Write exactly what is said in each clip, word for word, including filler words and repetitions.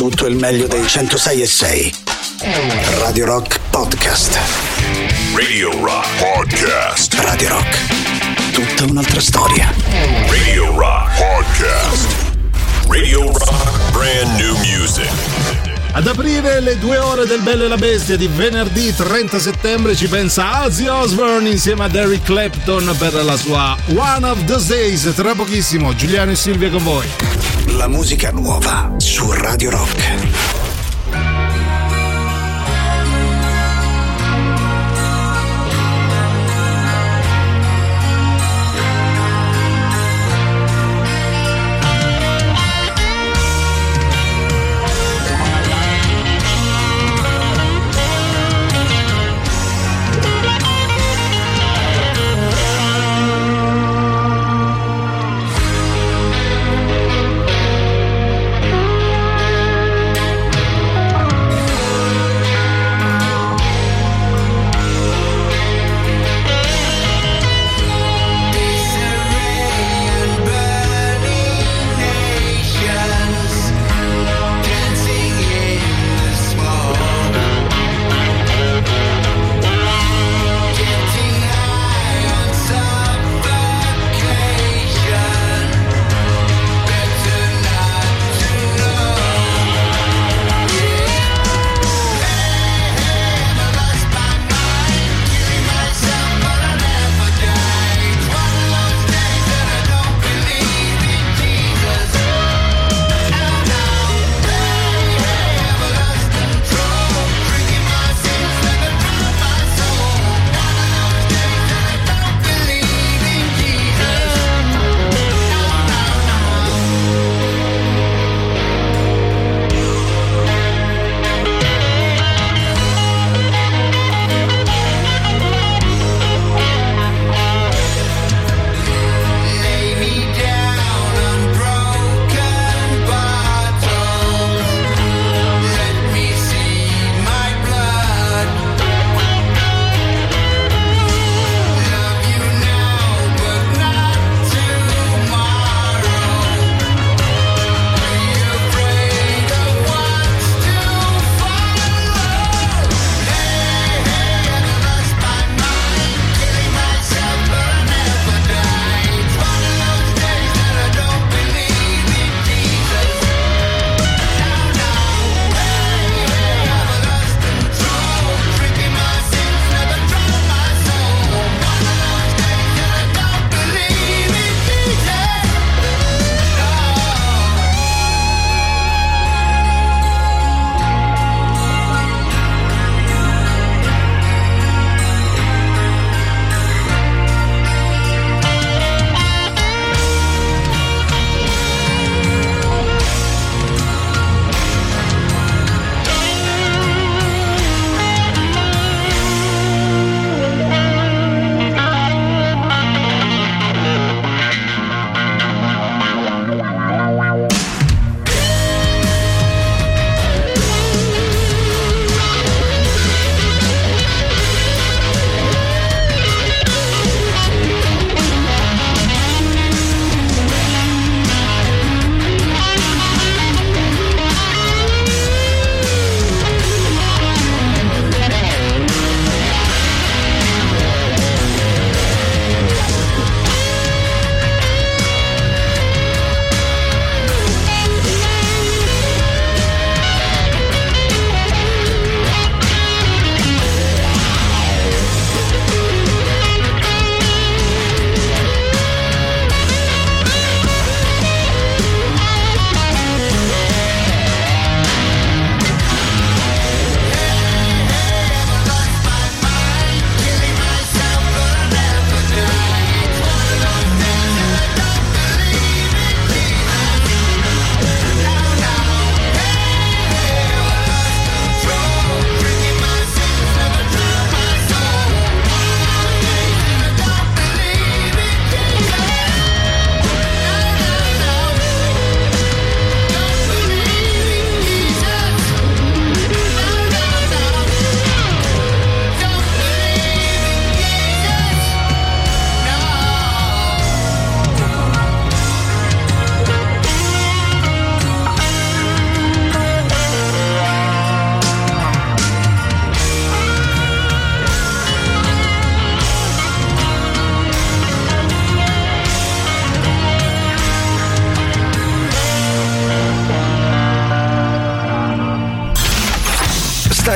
tutto il meglio dei centosei e sei. Radio Rock Podcast. Radio Rock Podcast. Radio Rock. Tutta un'altra storia. Radio Rock Podcast. Radio Rock Brand New Music. Ad aprire le due ore del Bello e la Bestia di venerdì trenta settembre ci pensa Ozzy Osbourne insieme ad Eric Clapton per la sua One of Those Days. Tra pochissimo Giuliano e Silvia con voi. La musica nuova su Radio Rock.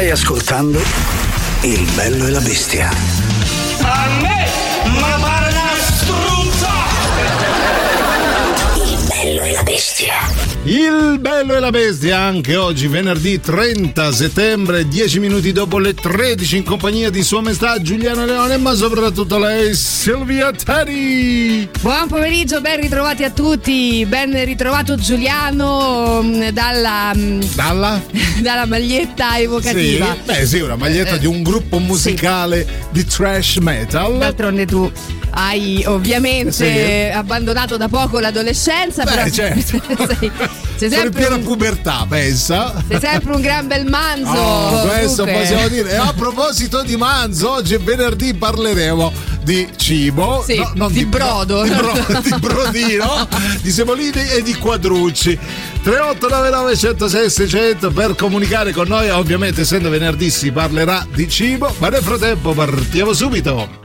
Stai ascoltando Il Bello e la Bestia. A me, ma pare una struzza! Il Bello e la Bestia. Il Bello e la Bestia anche oggi, venerdì trenta settembre, dieci minuti dopo le tredici, in compagnia di Sua Maestà Giuliano Leone, ma soprattutto lei, Silvia Teddy. Buon pomeriggio, ben ritrovati a tutti, ben ritrovato Giuliano dalla Dalla? dalla maglietta evocativa. Sì, beh sì, una maglietta Eh, di un gruppo musicale sì. di thrash metal. D'altronde tu hai ovviamente sì. abbandonato da poco l'adolescenza. Beh, però certo. sei, sei Sono in piena un, pubertà, pensa. Sei sempre un gran bel manzo. Oh, questo Dunque. possiamo dire. E a proposito di manzo, oggi è venerdì, parleremo di cibo, sì, no, non di, di brodo, di, bro, di brodino, di semolini e di quadrucci. tre otto nove nove uno zero sei sei zero zero per comunicare con noi. Ovviamente, essendo venerdì, si parlerà di cibo, ma nel frattempo partiamo subito.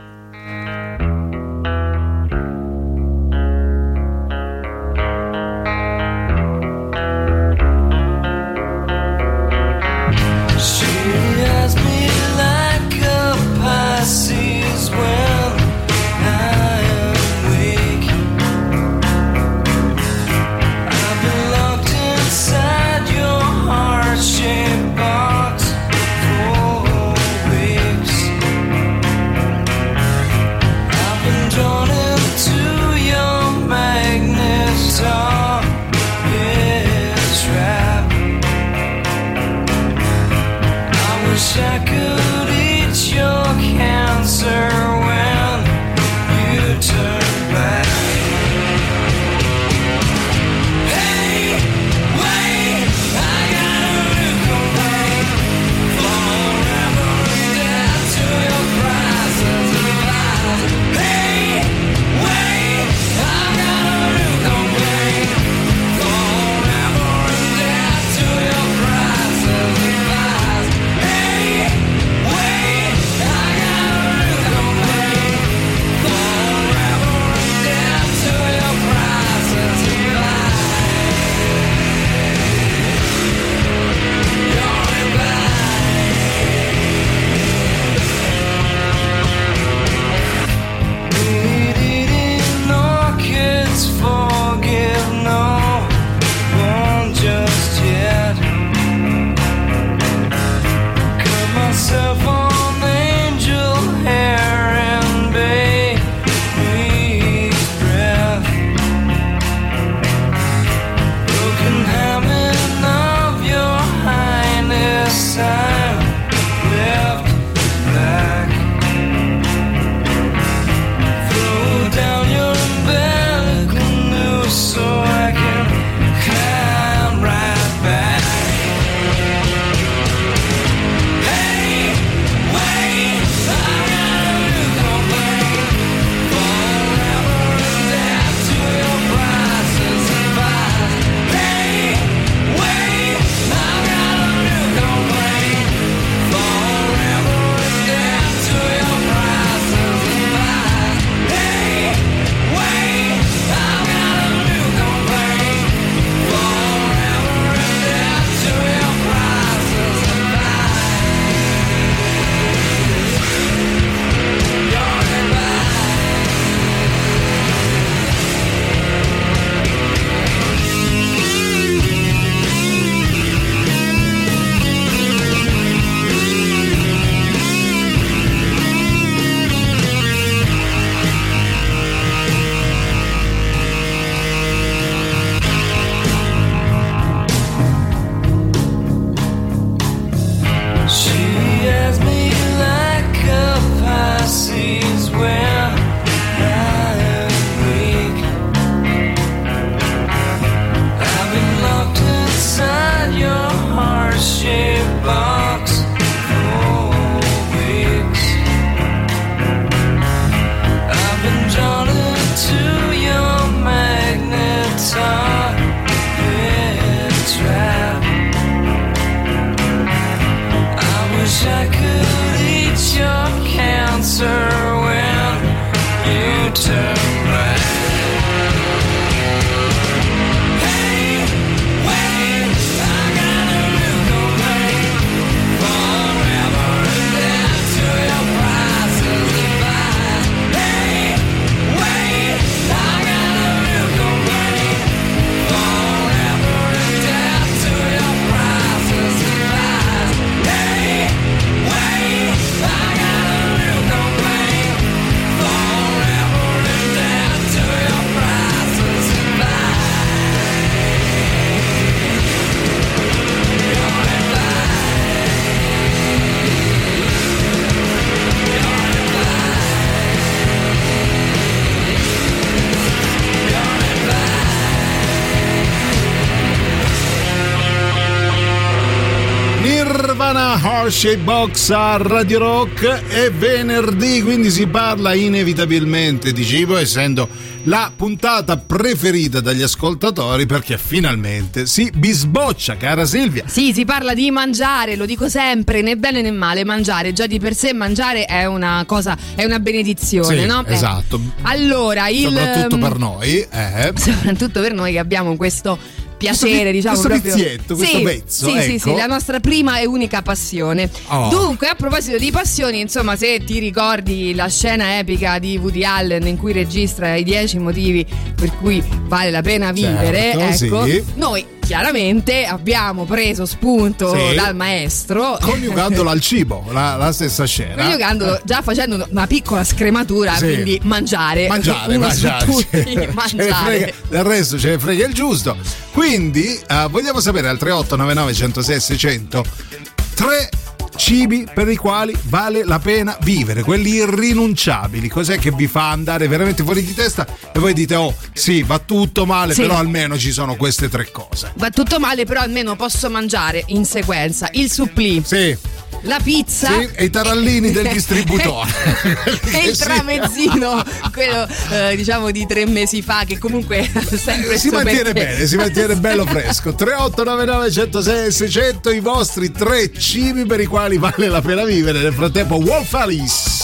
Nirvana, Heart Shape Box a Radio Rock. È venerdì, quindi si parla inevitabilmente di cibo, essendo la puntata preferita dagli ascoltatori, perché finalmente si bisboccia, cara Silvia. Sì, si parla di mangiare, lo dico sempre, né bene né male. Mangiare, già di per sé mangiare è una cosa, è una benedizione, sì, no? Esatto. Eh. Allora, il soprattutto per noi, eh. soprattutto per noi che abbiamo questo piacere, questo, diciamo questo proprio. vizietto, questo sì, pezzo, sì, ecco. sì, sì, la nostra prima e unica passione. Oh. Dunque, a proposito di passioni, insomma, se ti ricordi la scena epica di Woody Allen in cui registra i dieci motivi per cui vale la pena vivere, certo, ecco, sì. noi chiaramente abbiamo preso spunto sì. dal maestro, coniugandolo al cibo, la, la stessa scena, coniugandolo, già facendo una piccola scrematura, sì. quindi mangiare mangiare, uno mangiare, su tutti, ce mangiare. ne frega, del resto ce ne frega il giusto. Quindi uh, vogliamo sapere al tre otto nove nove uno zero sei sei zero zero tre cibi per i quali vale la pena vivere, quelli irrinunciabili. Cos'è che vi fa andare veramente fuori di testa e voi dite: oh sì, va tutto male, sì. però almeno ci sono queste tre cose. Va tutto male, però almeno posso mangiare in sequenza il supplì, sì. la pizza, sì, e i tarallini del distributore e il tramezzino, quello eh, diciamo di tre mesi fa, che comunque sempre si mantiene bene, si mantiene bello fresco. Tre otto nove nove uno zero sei sei zero zero, i vostri tre cibi per i quali vale la pena vivere. Nel frattempo, Wolf Alice.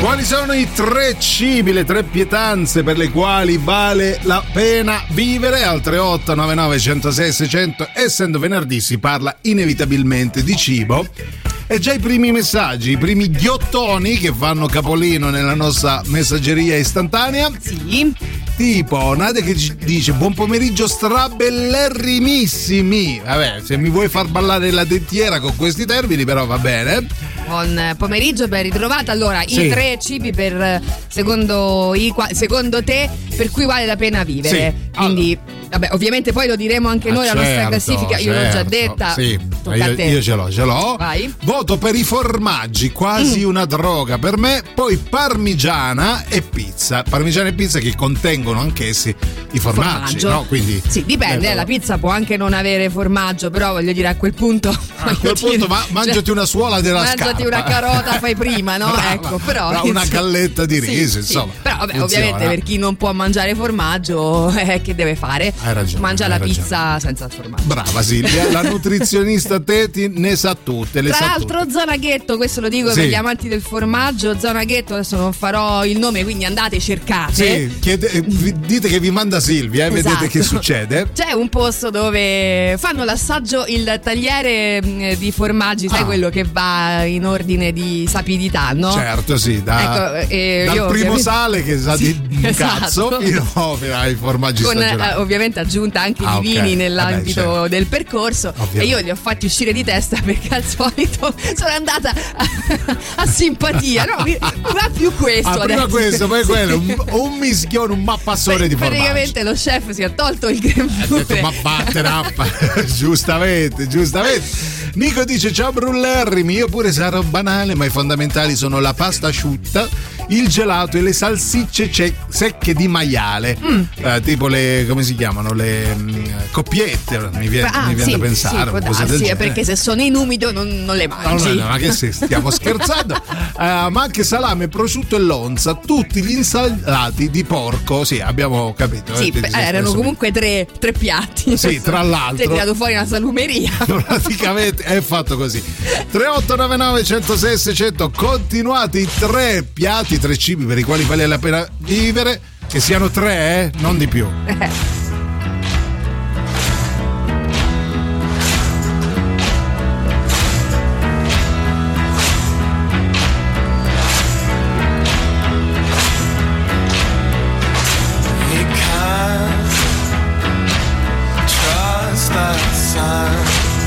Quali sono i tre cibi, le tre pietanze per le quali vale la pena vivere? Al tre otto nove nove uno zero sei sei zero zero. Essendo venerdì si parla inevitabilmente di cibo. E già i primi messaggi, i primi ghiottoni che fanno capolino nella nostra messaggeria istantanea. Sì. Tipo Nadia che dice: buon pomeriggio strabellerrimissimi. Vabbè, se mi vuoi far ballare la dentiera con questi termini, però va bene. Buon pomeriggio, ben ritrovata. Allora, sì. i tre cibi per secondo, i, secondo te per cui vale la pena vivere. Sì. Quindi, allora. vabbè, ovviamente poi lo diremo anche noi, ah, la certo, nostra classifica. Io certo, l'ho già detta. Sì, Tocca io, a te. io ce l'ho, ce l'ho. Vai. Voto per i formaggi, quasi Mm. una droga per me. Poi parmigiana e pizza. Parmigiana e pizza che contengono anch'essi i formaggi, Formaggio. no? Quindi sì, dipende, eh, la pizza può anche non avere formaggio, però voglio dire a quel punto. A quel dire, punto ma, mangiati cioè, una suola della mangiati scarpa. una carota, fai prima, no? Brava, ecco, però brava, una insomma, galletta di riso, sì, insomma. Sì. Però vabbè, funziona. ovviamente per chi non può mangiare formaggio, eh, che deve fare? Hai ragione, Mangia hai la ragione. pizza senza il formaggio. Brava Silvia, la nutrizionista Teti ne sa tutte, le Tra sa l'altro tutte. Zona Ghetto, questo lo dico Sì. per gli amanti del formaggio, Zona Ghetto, adesso non farò il nome, quindi andate, cercate. Sì, chiede, eh, vi- dite che vi manda Silvia, eh, Esatto. vedete che succede. C'è un posto dove fanno l'assaggio, il tagliere mh, di formaggi, sai Ah. quello che va in ordine di sapidità, no? Certo, sì, da, Ecco, eh, dal io primo ovviamente- sale che sa Sì, di cazzo esatto. fino ai formaggi Con eh, stagionati. ovviamente aggiunta anche Ah, di ok. vini nell'ambito Vabbè, certo. del percorso. Ovviamente. E io li ho fatti uscire di testa perché al solito sono andata a, a simpatia. No, mi, mi va più questo Ah, prima adesso. questo, poi Sì. quello, un, un mischione, un mappassone di formaggi. Praticamente lo chef si è tolto il Ha detto, grembiule. ma vattene a fa-" giustamente, giustamente. Nico dice: ciao brullerrimi, io pure sarò banale, ma i fondamentali sono la pasta asciutta, il gelato e le salsicce ce- secche di maiale. Mm. Eh, tipo le, come si chiamano? Le mm, coppiette, mi viene, Ah, mi viene sì, da pensare. sì, può una cosa del darsi, eh, genere. perché se sono in umido non, non le No, mangi. no, no, ma che se stiamo scherzando? Eh, ma anche salame, prosciutto e lonza, tutti gli insalati di porco. Sì, abbiamo capito. Sì, eh, ti- beh, ti- erano ti- comunque tre, tre piatti. Sì, tra l'altro. Ti hai tirato fuori una salumeria. Praticamente è fatto così. tre otto nove nove uno zero sei sei zero zero. Continuate i tre piatti, tre cibi per i quali vale la pena vivere. Che siano tre, eh? Non di più. You can't trust that sun.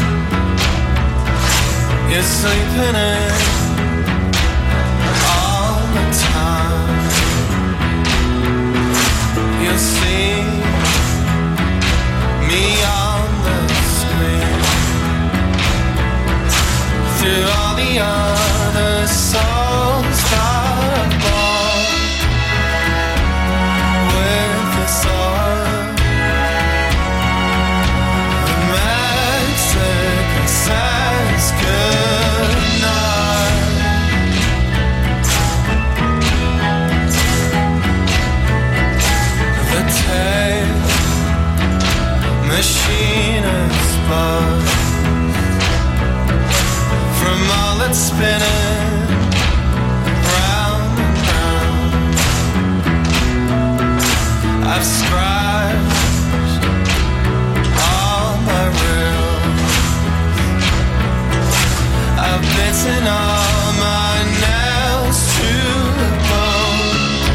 You're sleeping in all the time. You'll see me on the screen through all the other souls that are born with the sun. The Mexican says goodnight. The tape machine is buzzed from all its spinning round and round. I've scratched all my rails. I've bitten all my nails to the bone,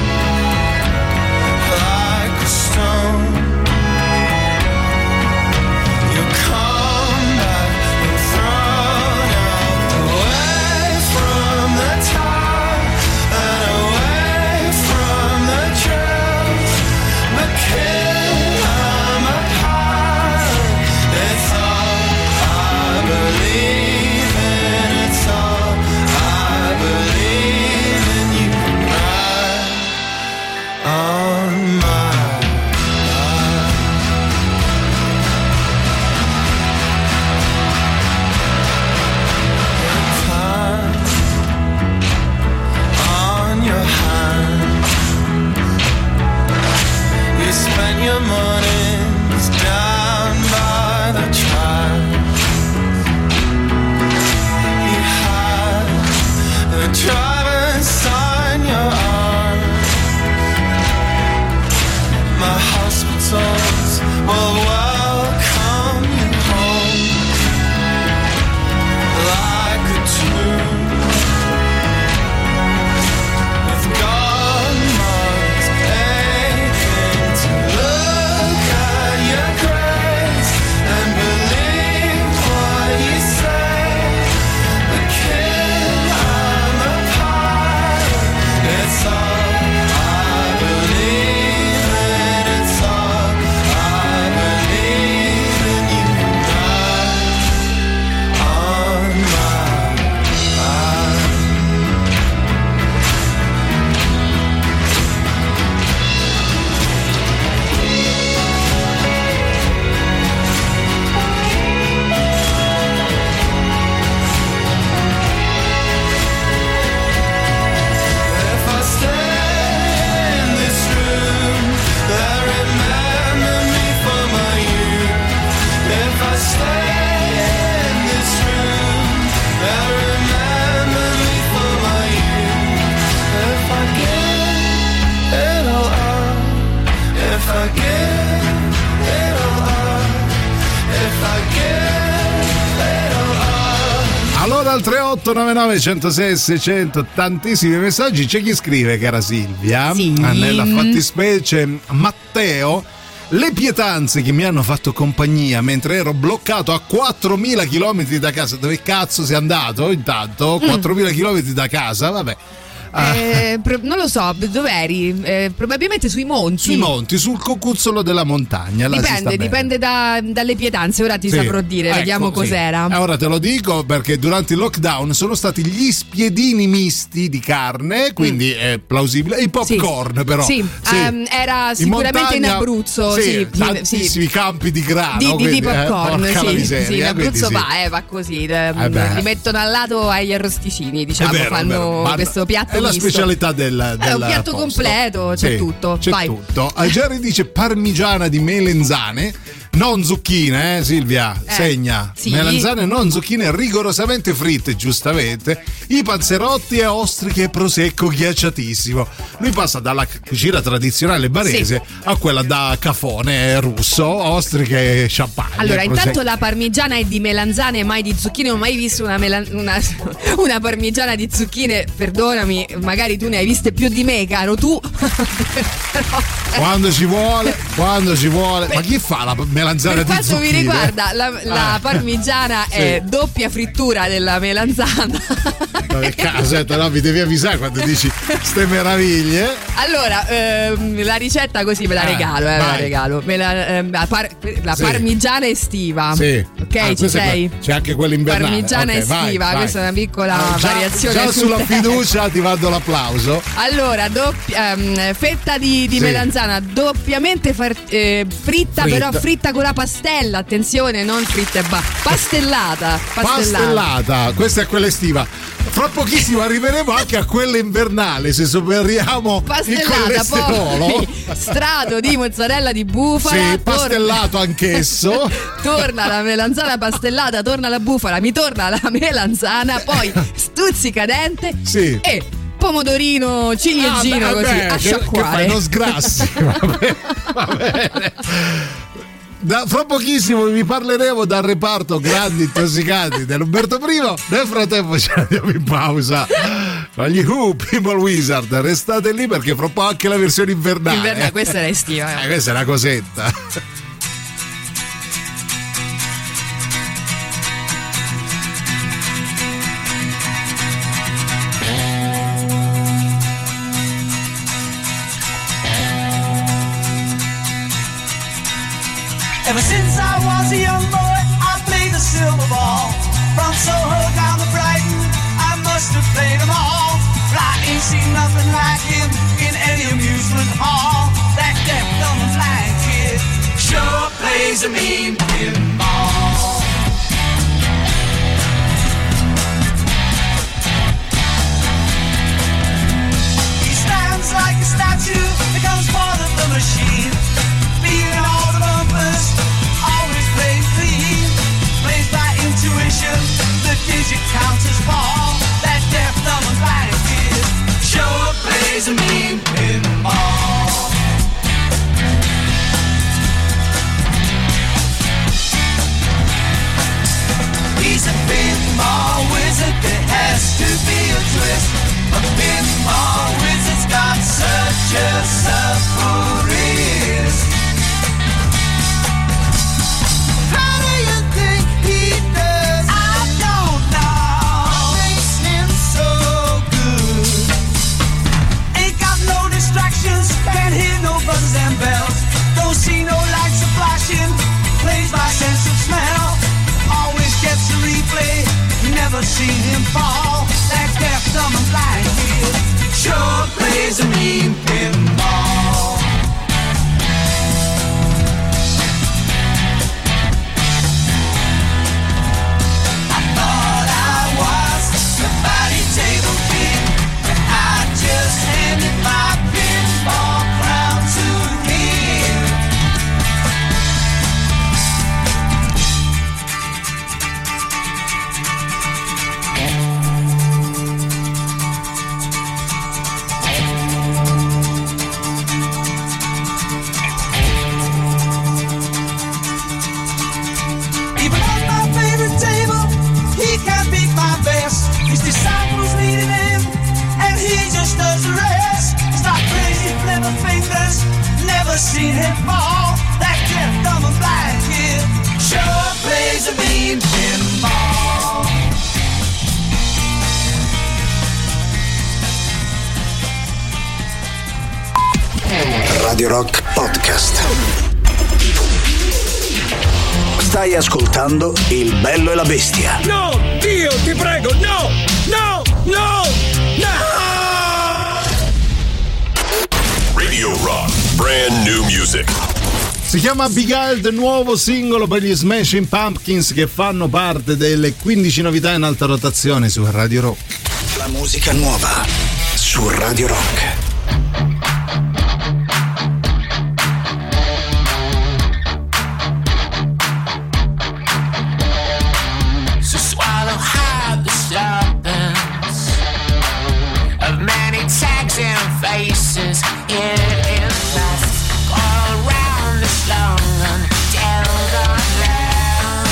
like a stone. You come back and thrown away from al tre otto nove nove uno zero sei seicento, tantissimi messaggi. C'è chi scrive, cara Silvia, sì. nella fattispecie Matteo: le pietanze che mi hanno fatto compagnia mentre ero bloccato a quattromila chilometri da casa. Dove cazzo sei andato intanto? Mm. quattromila chilometri da casa, vabbè. Eh, pro- non lo so, dove eri? Eh, probabilmente sui monti. Sui monti, sul cocuzzolo della montagna. Là Dipende, dipende da, dalle pietanze. Ora ti sì. saprò dire, ecco, vediamo sì. cos'era. E ora te lo dico perché durante il lockdown sono stati gli spiedini misti di carne, quindi mm. è plausibile. E i popcorn, sì. però. Sì, sì. Um, era sicuramente in, montagna, in Abruzzo. Sì, sì, tantissimi sì. campi di grano. Di, quindi, di popcorn, eh, sì, miseria, sì. In Abruzzo sì. va, eh, va così. Eh, beh. li mettono al lato agli arrosticini, diciamo. Vero, fanno vero. questo piatto è la misto. specialità del, del è un piatto posto. completo, c'è sì, tutto. C'è Vai. tutto. Jerry dice parmigiana di melenzane, non zucchine, eh Silvia, eh, segna. Sì. Melenzane non zucchine rigorosamente fritte, giustamente. I panzerotti e ostriche e prosecco ghiacciatissimo. Lui passa dalla cucina tradizionale barese sì. a quella da cafone russo, ostriche e champagne. Allora, prosecco. intanto la parmigiana è di melanzane e mai di zucchine. Non ho mai visto una, melan- una, una parmigiana di zucchine, perdonami, magari tu ne hai viste più di me, caro tu. Però, quando ci vuole, quando ci vuole. Ma chi fa la melanzana per di zucchine? quanto mi riguarda, la, la parmigiana sì. è doppia frittura della melanzana. Aspetta, no, mi devi avvisare quando dici ste meraviglie. Allora, ehm, la ricetta così me la regalo, eh, me la regalo. Me la, ehm, la, par- la sì. parmigiana estiva. Sì. Ok, ah, ci sei? C'è anche quella invernale. Parmigiana okay, estiva, vai, questa vai. è una piccola ah, già, variazione. Già sulla fiducia ti vado l'applauso. Allora, doppia, ehm, fetta di, di sì. melanzana doppiamente far, eh, fritta, fritta, però fritta con la pastella. Attenzione, non fritta e ba- pastellata, pastellata. Pastellata, questa è quella estiva. Fra pochissimo arriveremo anche a quella invernale, se superiamo il colesterolo. Poi strato di mozzarella di bufala. Sì, pastellato torna, anch'esso. Torna la melanzana pastellata, torna la bufala, mi torna la melanzana, poi stuzzica dente sì. e pomodorino ciliegino ah, beh, così, beh, a sciacquare. Che, che fai, non sgrassi. Va bene. Va bene. Da, fra pochissimo vi parleremo dal reparto grandi intossicati dell'Umberto I. Nel frattempo ci andiamo in pausa con gli Who, People Wizard. Restate lì perché fra poco anche la versione invernale. Invernale, questa era estiva. Eh, questa è una cosetta. Ever since I was a young boy, I played the silver ball. From Soho down to Brighton, I must have played them all. But I ain't seen nothing like him in any amusement hall. That deaf, dumb and blind kid sure plays a mean pinball. He stands like a statue, becomes part of the machine. Beating all the bumpers, always plays clean. Plays by intuition, the digit counters fall. That deaf, dumb and blind kid sure plays a mean pinball. He's a pinball wizard, there has to be a twist. A pinball wizard's got such a supple wrist. How do you think he does? I don't know. What makes him so good? Ain't got no distractions, can't hear no buzzes and bells. Don't see no lights a flashing, plays by sense of smell. Always gets a replay, never seen him fall. That deaf, dumb and blind kid sure plays a mean pinball. I thought I was the body table king, but I just handed my pinball crown to him. pinball. That kid from a black kid sure plays a mean pinball. Radio Rock Podcast. Stai ascoltando Il Bello e la Bestia. No, Dio, ti prego, no, no, no, no! Radio Rock, brand new music. Si chiama Beguiled, nuovo singolo per gli Smashing Pumpkins che fanno parte delle quindici novità in alta rotazione su Radio Rock. La musica nuova su Radio Rock. Faces in in dust all around this long undealt land.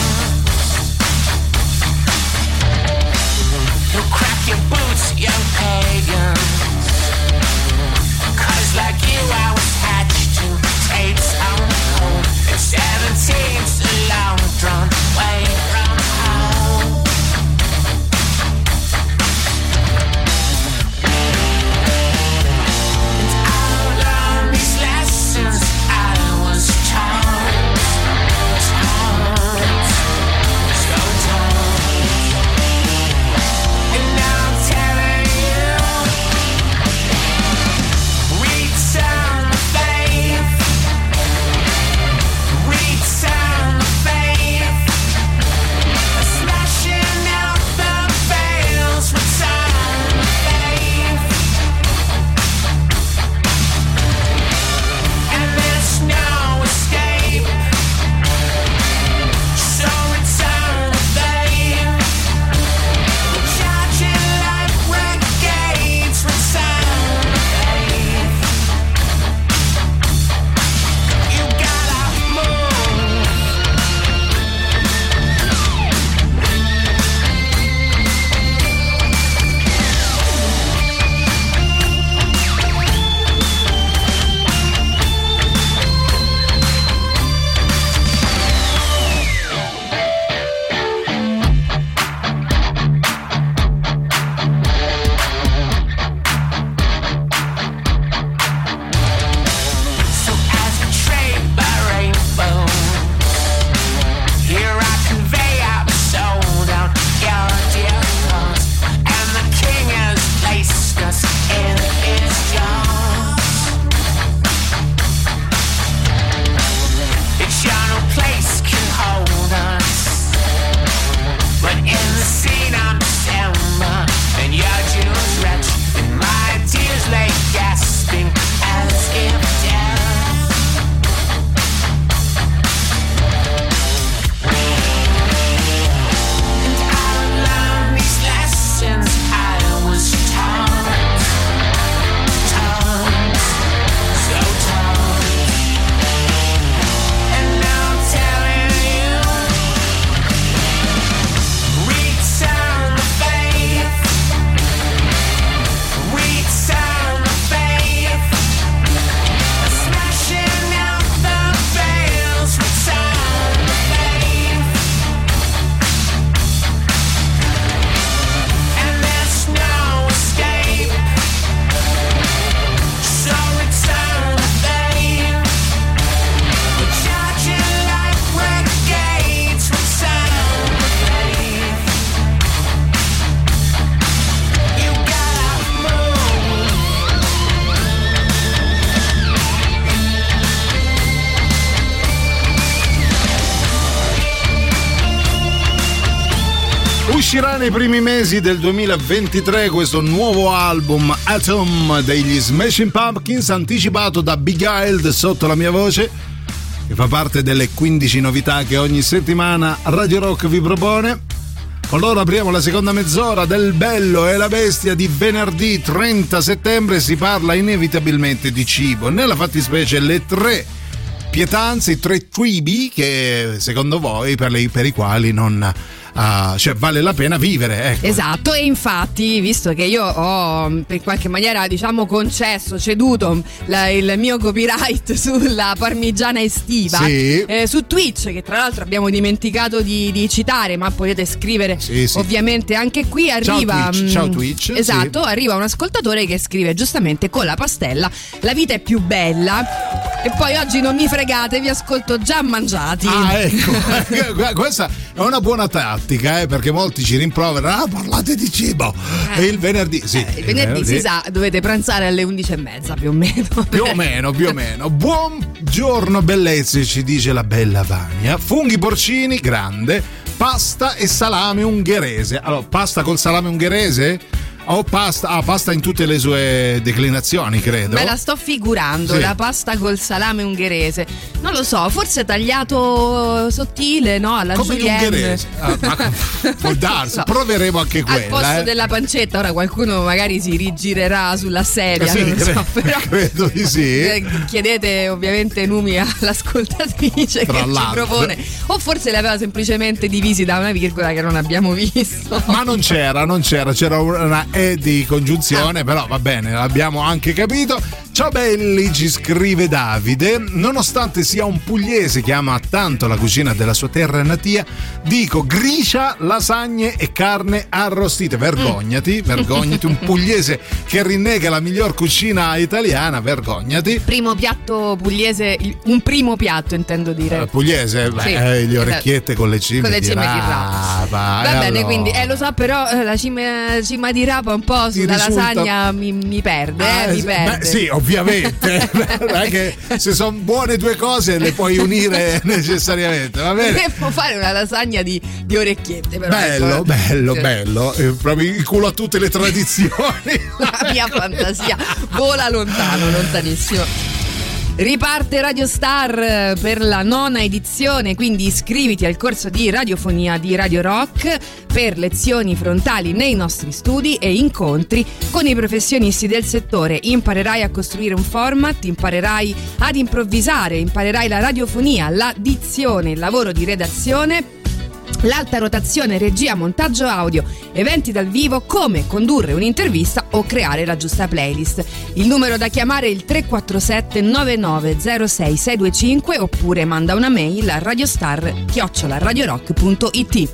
You'll crack your boots, young pagans, 'cause like you I was hatched to take some home. And seventeen's a long drawn way from home. Uscirà nei primi mesi del duemilaventitré questo nuovo album Atom degli Smashing Pumpkins, anticipato da Beguiled sotto la mia voce, che fa parte delle quindici novità che ogni settimana Radio Rock vi propone. Con loro apriamo la seconda mezz'ora del Bello e la Bestia di venerdì trenta settembre. Si parla inevitabilmente di cibo, nella fattispecie le tre pietanze, i tre tribi che secondo voi per, le, per i quali non a, cioè vale la pena vivere, ecco. Esatto, e infatti, visto che io ho per qualche maniera diciamo concesso, ceduto la, il mio copyright sulla parmigiana estiva, sì. eh, su Twitch, che tra l'altro abbiamo dimenticato di, di citare, ma potete scrivere sì, sì. ovviamente anche qui, arriva ciao Twitch, ciao Twitch esatto, sì. arriva un ascoltatore che scrive giustamente con la pastella: la vita è più bella e poi oggi non mi fregate, vi ascolto già mangiati. Ah, ecco, questa è una buona tattica, eh, perché molti ci rimproverano, ah, parlate di cibo. Eh. E il venerdì, sì. Eh, il venerdì, venerdì si sa, dovete pranzare alle undici e mezza più o meno. Più o meno, più o meno. Buongiorno bellezze, ci dice la bella Vania. Funghi porcini, grande, pasta e salame ungherese. Allora, pasta col salame ungherese? O oh, pasta, ah, pasta in tutte le sue declinazioni, credo. Me la sto figurando, sì. La pasta col salame ungherese. Non lo so, forse tagliato sottile, no? Alla come julienne. L'ungherese. Ah, ma, può darsi, no. Proveremo anche quella. Al posto eh. della pancetta, ora qualcuno magari si rigirerà sulla sedia. Sì, non lo credo, so, però credo di sì. Chiedete ovviamente numi all'ascoltatrice Tra che l'altro. ci propone. O forse le aveva semplicemente divisi da una virgola che non abbiamo visto. Ma non c'era, non c'era, c'era una E di congiunzione, ah. Però va bene, l'abbiamo anche capito. Ciao belli, ci scrive Davide. Nonostante sia un pugliese che ama tanto la cucina della sua terra natia, dico gricia, lasagne e carne arrostite. Vergognati, mm. vergognati. Un pugliese che rinnega la miglior cucina italiana, vergognati. Primo piatto pugliese, un primo piatto intendo dire. Uh, pugliese, sì. Beh, le orecchiette con le cime, con le di, cime rapa. di rapa. Va bene, allora. Quindi eh, lo so, però eh, la cima, cima di rapa un po' sulla risulta... lasagna mi, mi perde, ah, eh, mi perde. Beh, sì, ovviamente. Non è che se sono buone due cose le puoi unire necessariamente, va bene? Devo fare una lasagna di, di orecchiette, però. Bello, ecco. bello, sì. bello. Eh, proprio il culo a tutte le tradizioni. La mia fantasia vola lontano, lontanissimo. Riparte Radio Star per la nona edizione, quindi iscriviti al corso di radiofonia di Radio Rock per lezioni frontali nei nostri studi e incontri con i professionisti del settore. Imparerai a costruire un format, imparerai ad improvvisare, imparerai la radiofonia, la dizione, il lavoro di redazione, l'alta rotazione, regia, montaggio audio, eventi dal vivo, come condurre un'intervista o creare la giusta playlist. Il numero da chiamare è il tre quattro sette nove nove zero sei sei due cinque oppure manda una mail a radiostar chiocciola radiorock punto it.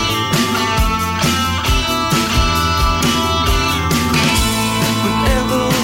Whenever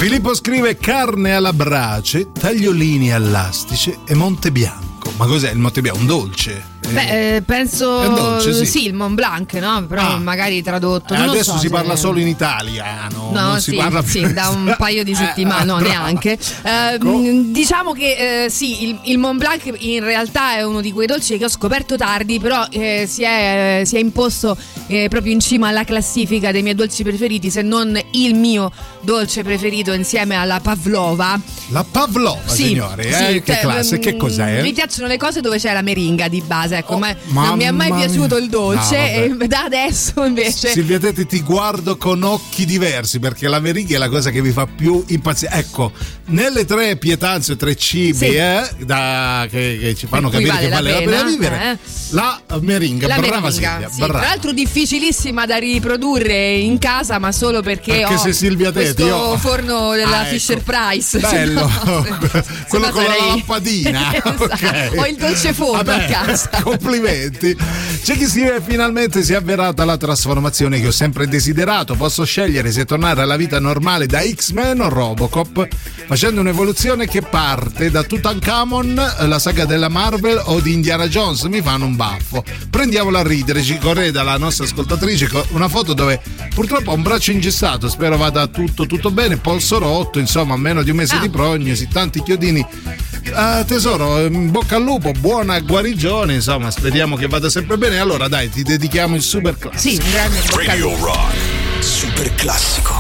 Filippo scrive carne alla brace, tagliolini all'astice e Monte Bianco. Ma cos'è il Monte Bianco? Un dolce? Beh, eh, penso È dolce, sì. sì, il Mont Blanc, no? Però Ah. magari tradotto. Eh, non lo adesso so si se- parla solo in italiano, No, non si sì, parla più. sì, da un paio di settimane, no, brava. neanche. Eh, Ecco. mh, diciamo che eh, sì, il, il Mont Blanc in realtà è uno di quei dolci che ho scoperto tardi, però eh, si, è, si è imposto eh, proprio in cima alla classifica dei miei dolci preferiti, se non il mio dolce preferito insieme alla pavlova. La pavlova, Sì, signore, sì, eh? Che cioè, classe, mm, che cos'è? Mi piacciono le cose dove c'è la meringa di base, ecco, Oh, ma mamma non mi è mai mia. piaciuto il dolce No, vabbè. e da adesso invece Silvia Teti, ti guardo con occhi diversi perché la meringa è la cosa che mi fa più impazzire. Ecco, nelle tre pietanze, tre cibi Sì. eh, da, che, che ci fanno Per cui capire che vale vale la la pena pena, vivere, eh. la meringa, la brava meringa, Silvia, sì. brava. Tra l'altro difficilissima da riprodurre in casa, ma solo perché, Perché ho se Silvia Teti, questo io- forno della Ah, ecco. Fisher Price. Bello, Se no- quello se no con la sarei- lampadina. Esatto. Ok. Ho il dolce forno a Vabbè, casa. Complimenti. C'è chi scrive: finalmente si è avverata la trasformazione che ho sempre desiderato. Posso scegliere se tornare alla vita normale da X-Men o Robocop, facendo un'evoluzione che parte da Tutankhamon, la saga della Marvel o di Indiana Jones. Mi fanno un baffo. Prendiamola a ridere. Ci correda la nostra ascoltatrice con una foto dove purtroppo ha un braccio ingessato. Spero vada tutto tutto bene. Polso rotto, insomma, a meno di un mese Ah. di prognosi, tanti chiodini. Ah, tesoro, in bocca al lupo, buona guarigione, insomma, speriamo che vada sempre bene. Allora dai, ti dedichiamo il super classico. Sì, un grande bocca al Radio lupo. Rock. Super classico.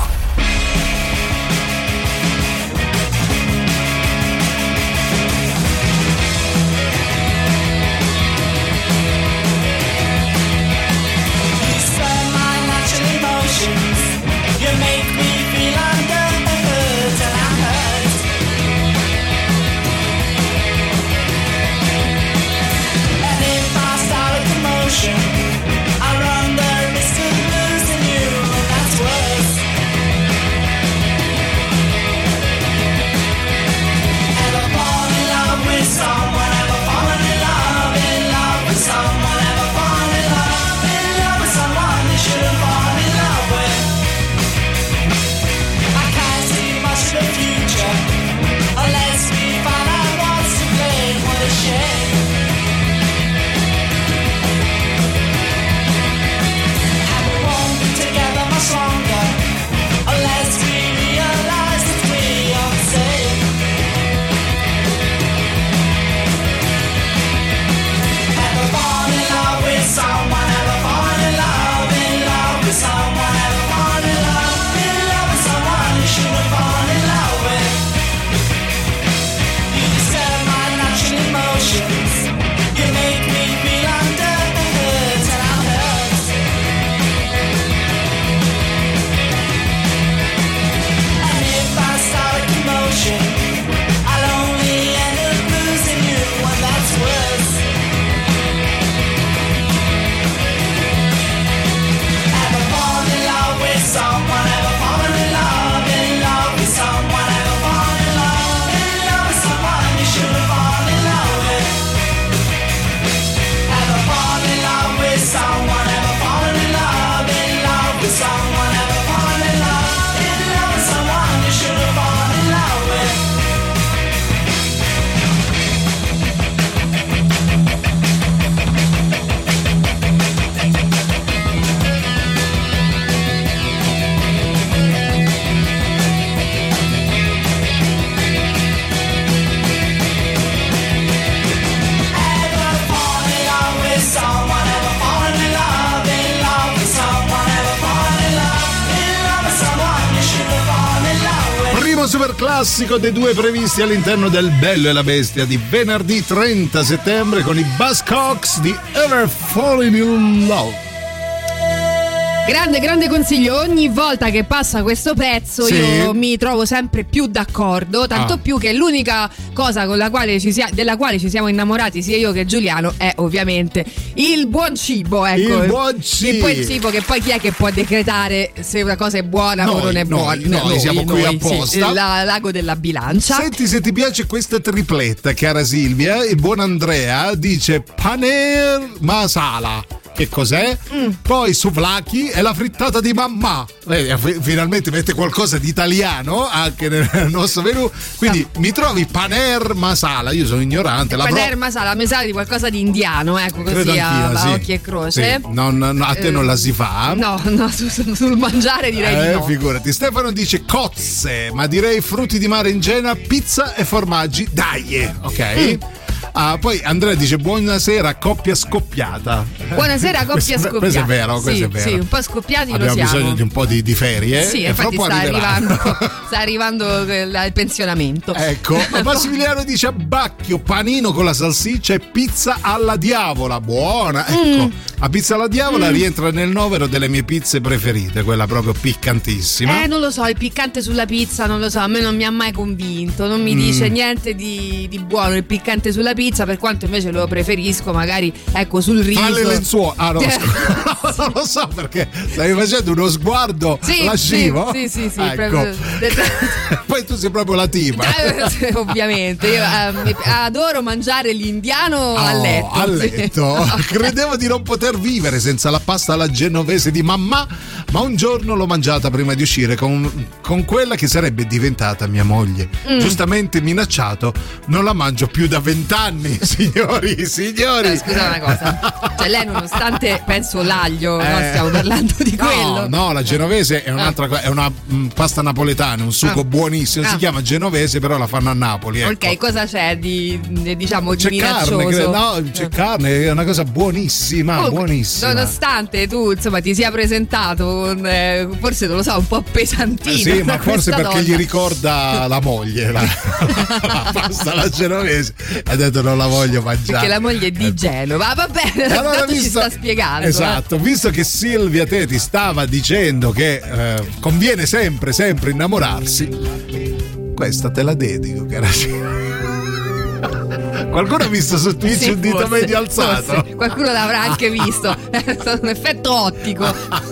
You stir my natural emotions. You make me feel under and I'm hurt. And if I start a commotion, I run the risk of losing you, and that's worse. Ever fall in love with someone? Ever fallen in love, in love with someone? Ever fall in love, in love with someone you shouldn't fall in love with? I can't see much of the future unless we find out what's to blame. What a shame. And we won't be together much longer unless we realize that we are the same. Ever fall in love with someone? Ever fall in love, in love with someone? Ever fall in love, in love with someone you shouldn't fall in love with? You disturb my natural emotions. You make me feel under the hurt, and I'm hurt. And if I start a commotion, I'll only end up losing you, and that's worse. Ever fall in love with someone? Ever fall in love, in love with someone? Ever fall in love, in love with someone you shouldn't fall in love with? Ever fall in love with someone? Ever fall in love, in love with someone? Ever fall in love, in love with someone you shouldn't fall in love with? Ever fall in love with someone? Ever fall in love, in love with someone? Ever fall in love, in love with someone you shouldn't fall in love with? Primo super classico dei due previsti all'interno del Bello e la Bestia di venerdì trenta settembre con i Buzzcocks di Ever Falling in Love. Grande, grande consiglio. Ogni volta che passa questo pezzo Sì. io mi trovo sempre più d'accordo. Tanto Ah. più che l'unica cosa con la quale ci sia, della quale ci siamo innamorati sia io che Giuliano è ovviamente il buon cibo. Ecco. Il buon cibo. Il buon cibo, che poi chi è che può decretare se una cosa è buona o Noi, non è noi, buona? noi siamo qui noi, apposta. Sì, il la- l'ago della bilancia. Senti se ti piace questa tripletta, cara Silvia. Il buon Andrea dice paner masala. che cos'è? Mm. Poi souvlaki è la frittata di mamma. Eh, finalmente mette qualcosa di italiano anche nel nostro menù. Quindi no. mi trovi paner masala, io sono ignorante. La paner pro... masala, mi sa di qualcosa di indiano, ecco, così Credo a, anch'io, a sì. occhi e croce. Sì. Non, no, a te eh, non la si fa? No, no, sul, sul mangiare direi eh, di no. Figurati. Stefano dice cozze, ma direi frutti di mare in Genova, pizza e formaggi, dai, ok? Mm. Ah, poi Andrea dice buonasera coppia scoppiata. Buonasera coppia questo, scoppiata. Questo è vero, questo sì, è vero. Sì, un po' scoppiati abbiamo lo siamo. Abbiamo bisogno di un po' di, di ferie. Sì, e infatti sta arrivando, sta arrivando il pensionamento. Ecco, Massimiliano dice abbacchio, panino con la salsiccia e pizza alla diavola. Buona, ecco. Mm. La pizza alla diavola mm. rientra nel novero delle mie pizze preferite, quella proprio piccantissima. Eh, non lo so, il piccante sulla pizza, non lo so, a me non mi ha mai convinto, non mi mm. dice niente di, di buono il piccante sulla pizza, per quanto invece lo preferisco magari, ecco, sul riso. Tra le lenzuola. Ah no, no, non lo so perché stavi facendo uno sguardo sì, lascivo. Sì, sì, sì, sì ecco. proprio. Poi tu sei proprio la tipa. Ovviamente, io eh, adoro mangiare l'indiano oh, a letto. A letto. Sì. Credevo di non poter vivere senza la pasta alla genovese di mamma, ma un giorno l'ho mangiata prima di uscire con, con quella che sarebbe diventata mia moglie. Mm. Giustamente minacciato, non la mangio più da vent'anni, signori, signori. Eh, scusa una cosa, cioè lei nonostante penso l'aglio, eh, no, stiamo parlando di no, quello. No, la genovese è un'altra cosa, è una mh, pasta napoletana, un sugo ah. buonissimo, ah. si chiama genovese, però la fanno a Napoli. Ecco. Ok, cosa c'è di, diciamo, c'è di carne, minaccioso? No, c'è carne, è una cosa buonissima, oh, buonissima. Nonostante tu, insomma, ti sia presentato con, eh, forse non lo so, un po' pesantino. Eh sì, ma forse perché donna. gli ricorda la moglie, la, la pasta alla genovese, ha detto non la voglio mangiare. Perché la moglie è di Genova, va bene, allora, visto, ci sta spiegando. Esatto, eh. visto che Silvia te ti stava dicendo che eh, conviene sempre, sempre innamorarsi, questa te la dedico, cara. Qualcuno ha visto su Twitch sì, un dito forse, medio alzato? Forse. Qualcuno l'avrà anche visto. È stato un effetto ottico.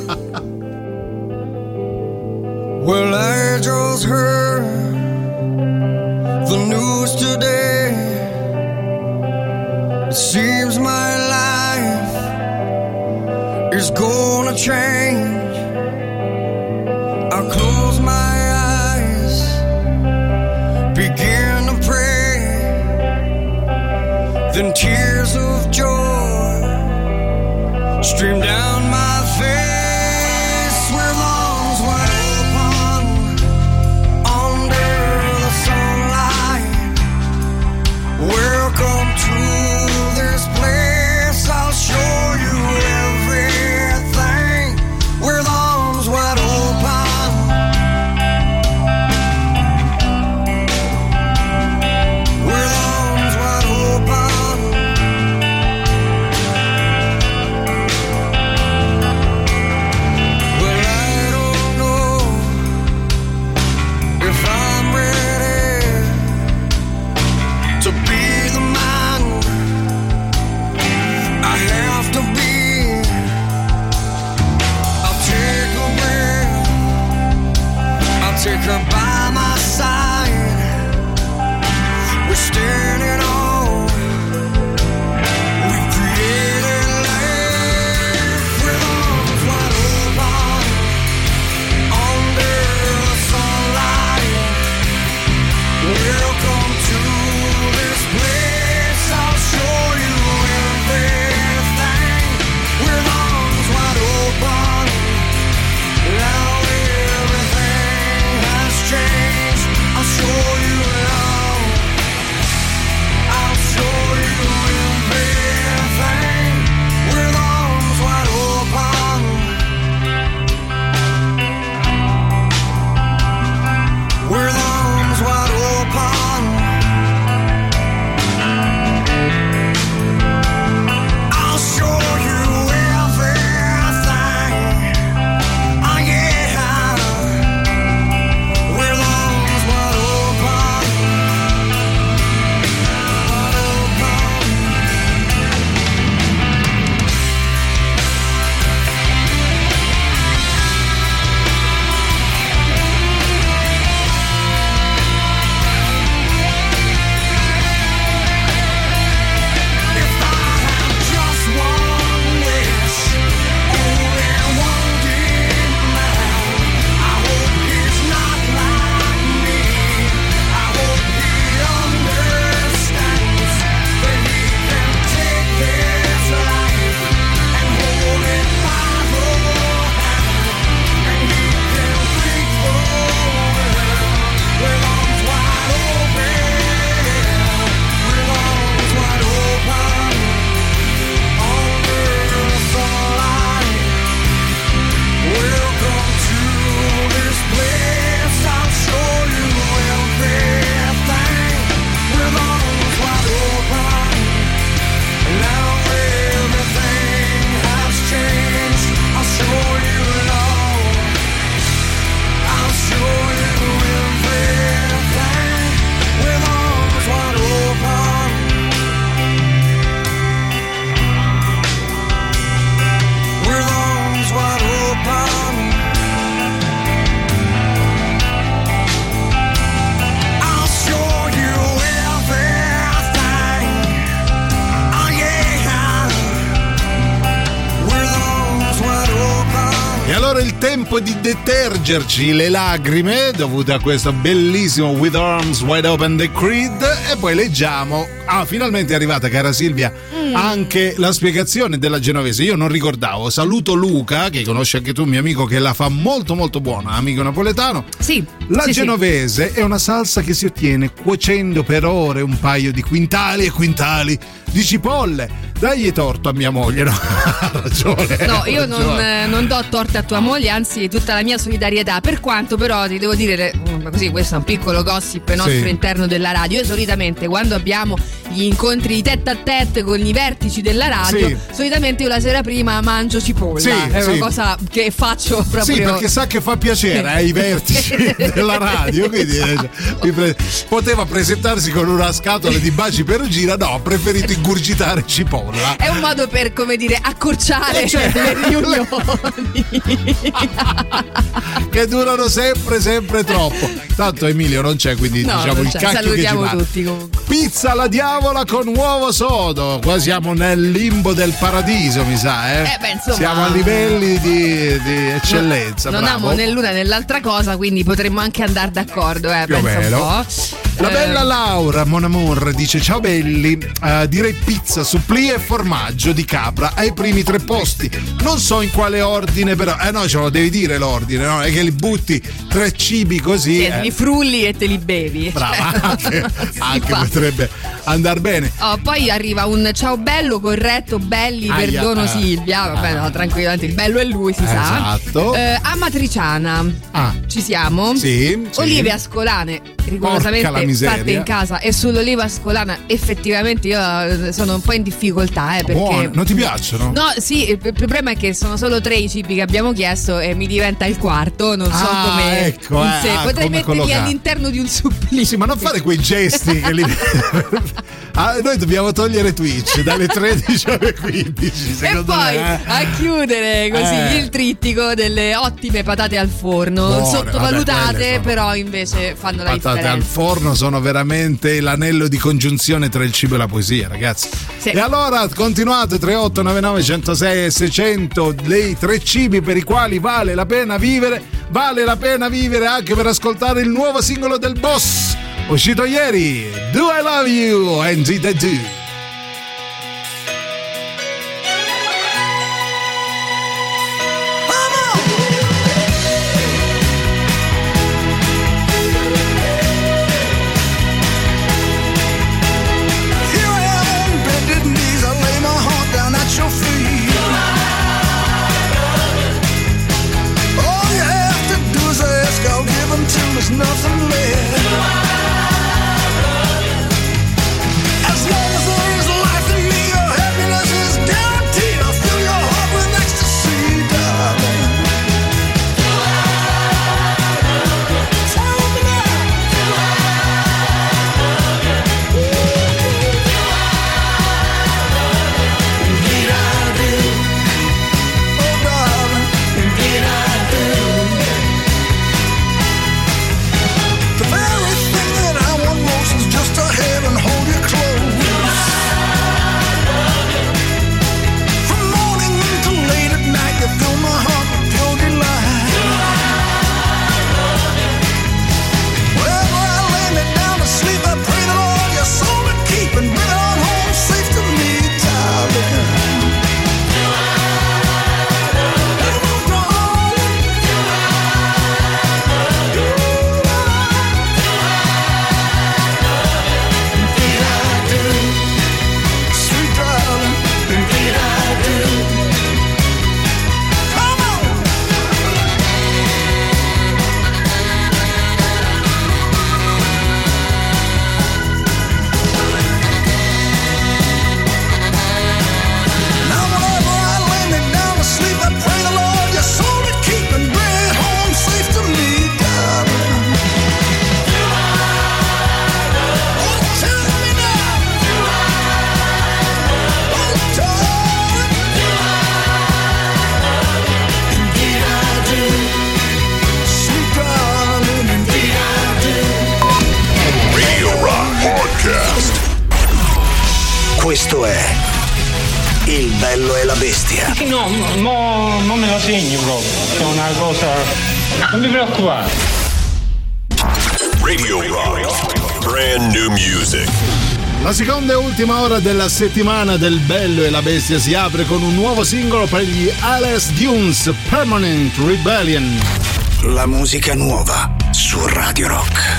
Well, I just heard the news today. It seems my life is gonna change. I close my eyes, begin to pray, then tears of joy stream down my face with arms wide open under the sunlight. Welcome to this place, I'll show you everything with arms wide open. With arms wide open. tempo di detergerci le lagrime dovute a questo bellissimo With Arms Wide Open The Creed, e poi leggiamo, ah finalmente è arrivata, cara Silvia, mm. anche la spiegazione della genovese. Io non ricordavo. Saluto Luca, che conosci anche tu, mio amico, che la fa molto molto buona, amico napoletano. Sì. La sì, genovese sì. è una salsa che si ottiene cuocendo per ore un paio di quintali e quintali di cipolle. Dagli torto a mia moglie, no? Ha ragione. No, io ha non, ragione. non do torto a tua moglie, anzi tutta la mia solidarietà, per quanto però ti devo dire, così questo è un piccolo gossip nostro Sì. interno della radio. Io solitamente quando abbiamo gli incontri di tête a tête con i vertici della radio, Sì. solitamente io la sera prima mangio cipolla. Sì, è sì. una cosa che faccio proprio. Sì, perché sa che fa piacere ai vertici della radio, quindi eh, mi pre- poteva presentarsi con una scatola di baci perugina, no, ha preferito ingurgitare cipolla. È un modo per, come dire, accorciare Eh, certo. le riunioni. Che durano sempre, sempre troppo. Tanto Emilio non c'è, quindi No, diciamo non il c'è. cacchio che ci Salutiamo va. tutti comunque. Pizza alla diavola con uovo sodo. Qua siamo nel limbo del paradiso, mi sa, eh? Eh, beh, insomma. Siamo a livelli di, di eccellenza. Non bravo. amo né l'una né l'altra cosa, quindi potremmo anche andare d'accordo, eh, Più o pensa un meno. po'. La Eh, bella Laura, mon amour, dice: ciao belli, eh, direi pizza, supplì e formaggio di capra ai primi tre posti. Non so in quale ordine, però. Eh no, ce lo devi dire l'ordine, no? È che li butti tre cibi così. sì, eh. li frulli e te li bevi. Brava, anche, Si anche fa. potrebbe andare bene. Oh, poi arriva un ciao bello, corretto, belli, Aia, perdono eh. Silvia. Vabbè, no, tranquillamente, il bello è lui, si sa. Esatto. Eh, Amatriciana. Ah. Ci siamo? Sì, sì. Olive ascolane, rigorosamente Porca la miseria. fatte in casa. E sull'oliva ascolana effettivamente io eh, sono un po' in difficoltà, eh, perché Buone, non ti piacciono? No, sì, il il problema è che sono solo tre i cibi che abbiamo chiesto e mi diventa il quarto, non so Ah, come ecco, in eh, sé. ah, Potrei come metterli collocare. all'interno di un supplì. Sì, ma non fare quei gesti che li... Ah, noi dobbiamo togliere Twitch dalle tredici alle quindici, E secondo poi me. eh. a chiudere così Eh. il trittico delle ottime patate al forno, Buone, sottovalutate, vabbè, quelle sono- però invece fanno la Patate al differenza. forno sono veramente l'anello di congiunzione tra il cibo e la poesia, ragazzi. Sì. E allora continuate tre otto nove nove uno zero sei e seicento, dei tre cibi per i quali vale la pena vivere, vale la pena vivere anche per ascoltare il nuovo singolo del Boss, uscito ieri, Do I Love You and Did I Do. Here I am on bended knees, I lay my heart down at your feet. All you have to do is ask, I'll give until there's nothing left. As long as there is life in me, your happiness is guaranteed. I'll fill your heart with ecstasy, darling. Tell me now. Indeed I do. Oh, darling, indeed I do. The very thing that I want most is just to have and hold you close. From morning till late at night, you fill my heart with pure delight. Wherever I lay me down to sleep, I pray the Lord your soul to keep and bring it on home safe to me, darling. Come on, darling. Indeed I do, sweet darling. Indeed I do. Come on. Now whenever I lay me down to sleep, I pray the Lord your soul to keep and bring it home safe to me, darling. Oh, tell me now. Oh, darling. Indeed I do. Sweet darling, indeed I do. Radio Rock Podcast. Questo è Il bello e la bestia. No, no, non me lo segni proprio. È una cosa. Non mi preoccupare. Radio Rock. Brand new music. La seconda e ultima ora della settimana del Bello e la Bestia si apre con un nuovo singolo per gli Alice Dunes, Permanent Rebellion. La musica nuova su Radio Rock.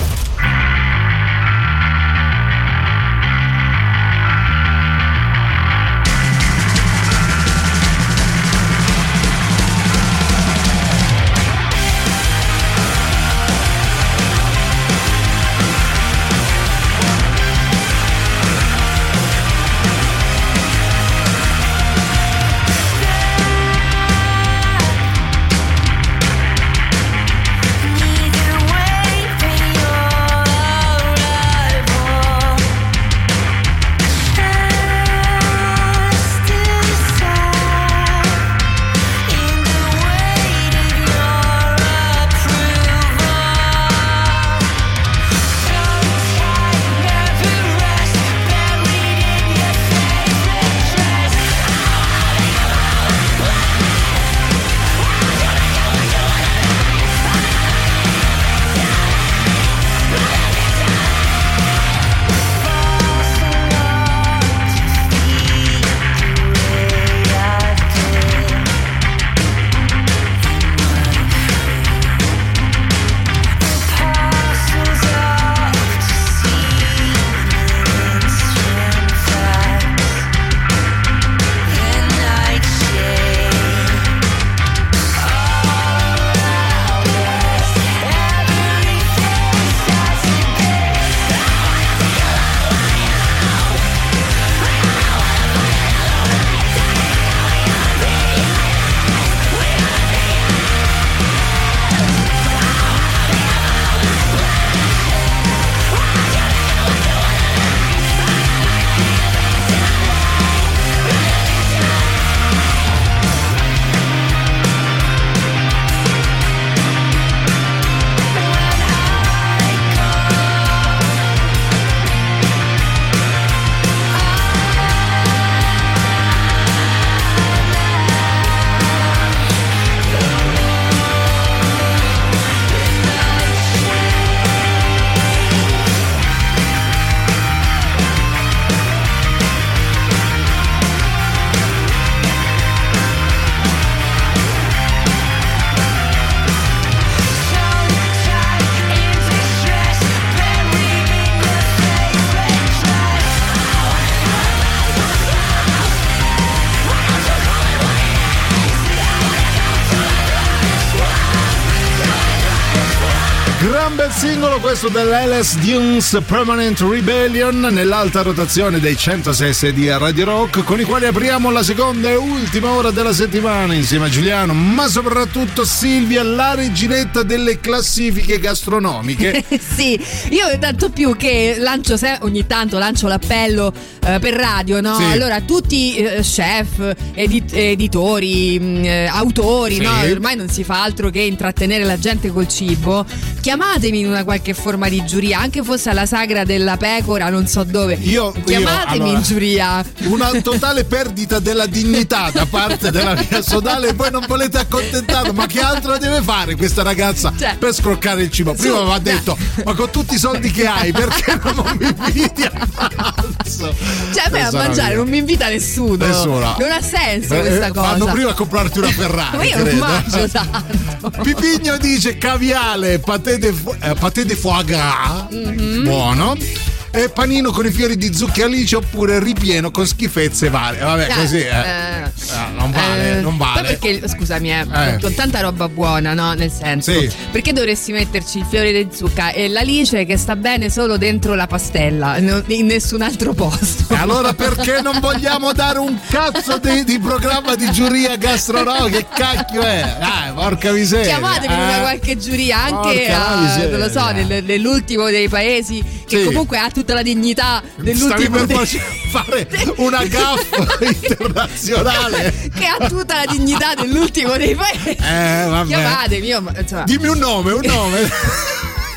Singolo questo dell'Alice Dunes, Permanent Rebellion, nell'alta rotazione dei centosei di Radio Rock, con i quali apriamo la seconda e ultima ora della settimana insieme a Giuliano, ma soprattutto Silvia, la reginetta delle classifiche gastronomiche. Sì, io tanto più che lancio se- ogni tanto lancio l'appello eh, per radio, no? Sì. Allora tutti eh, chef, edit- editori, mh, eh, autori, Sì. no? Ormai non si fa altro che intrattenere la gente col cibo. Chiamatemi in una qualche forma di giuria, anche fosse alla sagra della pecora, non so dove. Io, Chiamatemi io, allora, in giuria. Una totale perdita della dignità da parte della mia sodale, e voi non volete accontentarlo. Ma che altro deve fare questa ragazza Cioè, per scroccare il cibo? Prima su, mi ha detto: ma con tutti i soldi che hai, perché non mi inviti a pranzo? Cioè, a me a Questa mangiare mia. non mi invita nessuno. Nessuno. Non ha senso Eh, questa cosa. Fanno prima a comprarti una Ferrari. Ma io non credo. mangio tanto. Pipigno dice caviale, paté de, fo- eh, paté de foie gras, Mm-hmm. buono. E panino con i fiori di zuccherialice oppure ripieno con schifezze varie. Vabbè, Eh, così eh. eh, Eh, non vale, eh, non poi vale. perché, scusami, eh, Eh. con tanta roba buona, no? Nel senso, Sì. perché dovresti metterci il fiore di zucca e l'alice che sta bene solo dentro la pastella, non- in nessun altro posto? E allora perché non vogliamo dare un cazzo di, di programma di giuria gastronomica? Che cacchio è? Dai, porca miseria. Chiamatemi in eh. una qualche giuria, anche Porca a, miseria. non lo so, nel- nell'ultimo dei paesi che Sì. comunque ha tutta la dignità Stavi dell'ultimo per dei... face- fare una gaffa internazionale. che ha tutta la dignità dell'ultimo dei paesi. Eh, vabbè. Chiamatemi, io, ma, insomma, Dimmi un nome, un nome.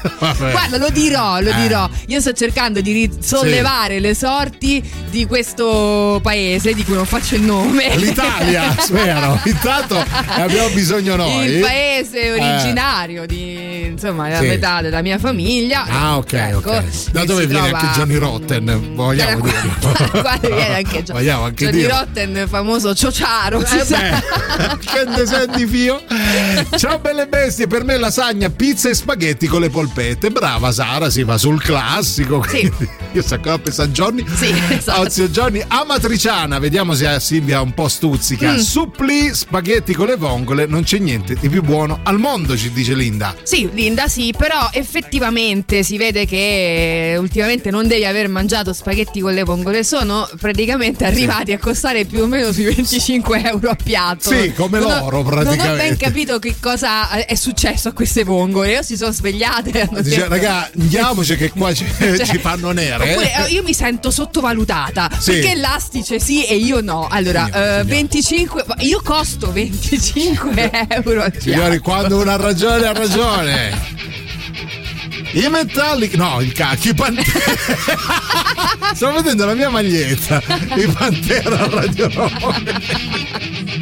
Vabbè. Guarda, lo dirò, lo Eh. dirò. Io sto cercando di risollevare le sorti di questo paese di cui non faccio il nome. L'Italia, spero. Intanto ne abbiamo bisogno noi. Il paese originario di, insomma, la Sì. metà della mia famiglia. Ah, ok, Ecco, ok. Da che dove si viene trova- anche Johnny Rotten? Vogliamo Da dirlo. qua- qua viene anche Gio- Vogliamo anche Johnny dirlo. Rotten, famoso ciociaro. si Eh sa. beh, che ne senti fio? Ciao belle bestie, per me lasagna, pizza e spaghetti con le polpette. Brava Sara, si va sul classico. Sì. quindi Io sto ancora pensando a Johnny. Sì, esatto. Oh, zio Johnny, amatriciana, vediamo se a Silvia un po' stuzzica. Mm. Supplì, spaghetti con le vongole, non c'è niente di più buono al mondo, ci dice Linda. Sì, Linda, sì, però effettivamente si vede che ultimamente non devi aver mangiato spaghetti con le vongole, sono praticamente arrivati a costare più o meno sui venticinque euro a piatto. Sì, come Non ho- l'oro, Non ho ben praticamente. capito che cosa è successo a queste vongole, io si sono svegliate e hanno Dice, detto- raga, andiamoci che qua ci, Cioè, ci fanno nere. Oppure eh, io mi sento sottovalutata Sì. perché l'astice sì e io no. Allora, Signore, eh, signore. venticinque, io costo venticinque euro al Signori, piatto. quando uno ha ragione, ha ragione. I metallic, no, il cacchio, i Pantera. Sto vedendo la mia maglietta. I Pantera a Radio Rock.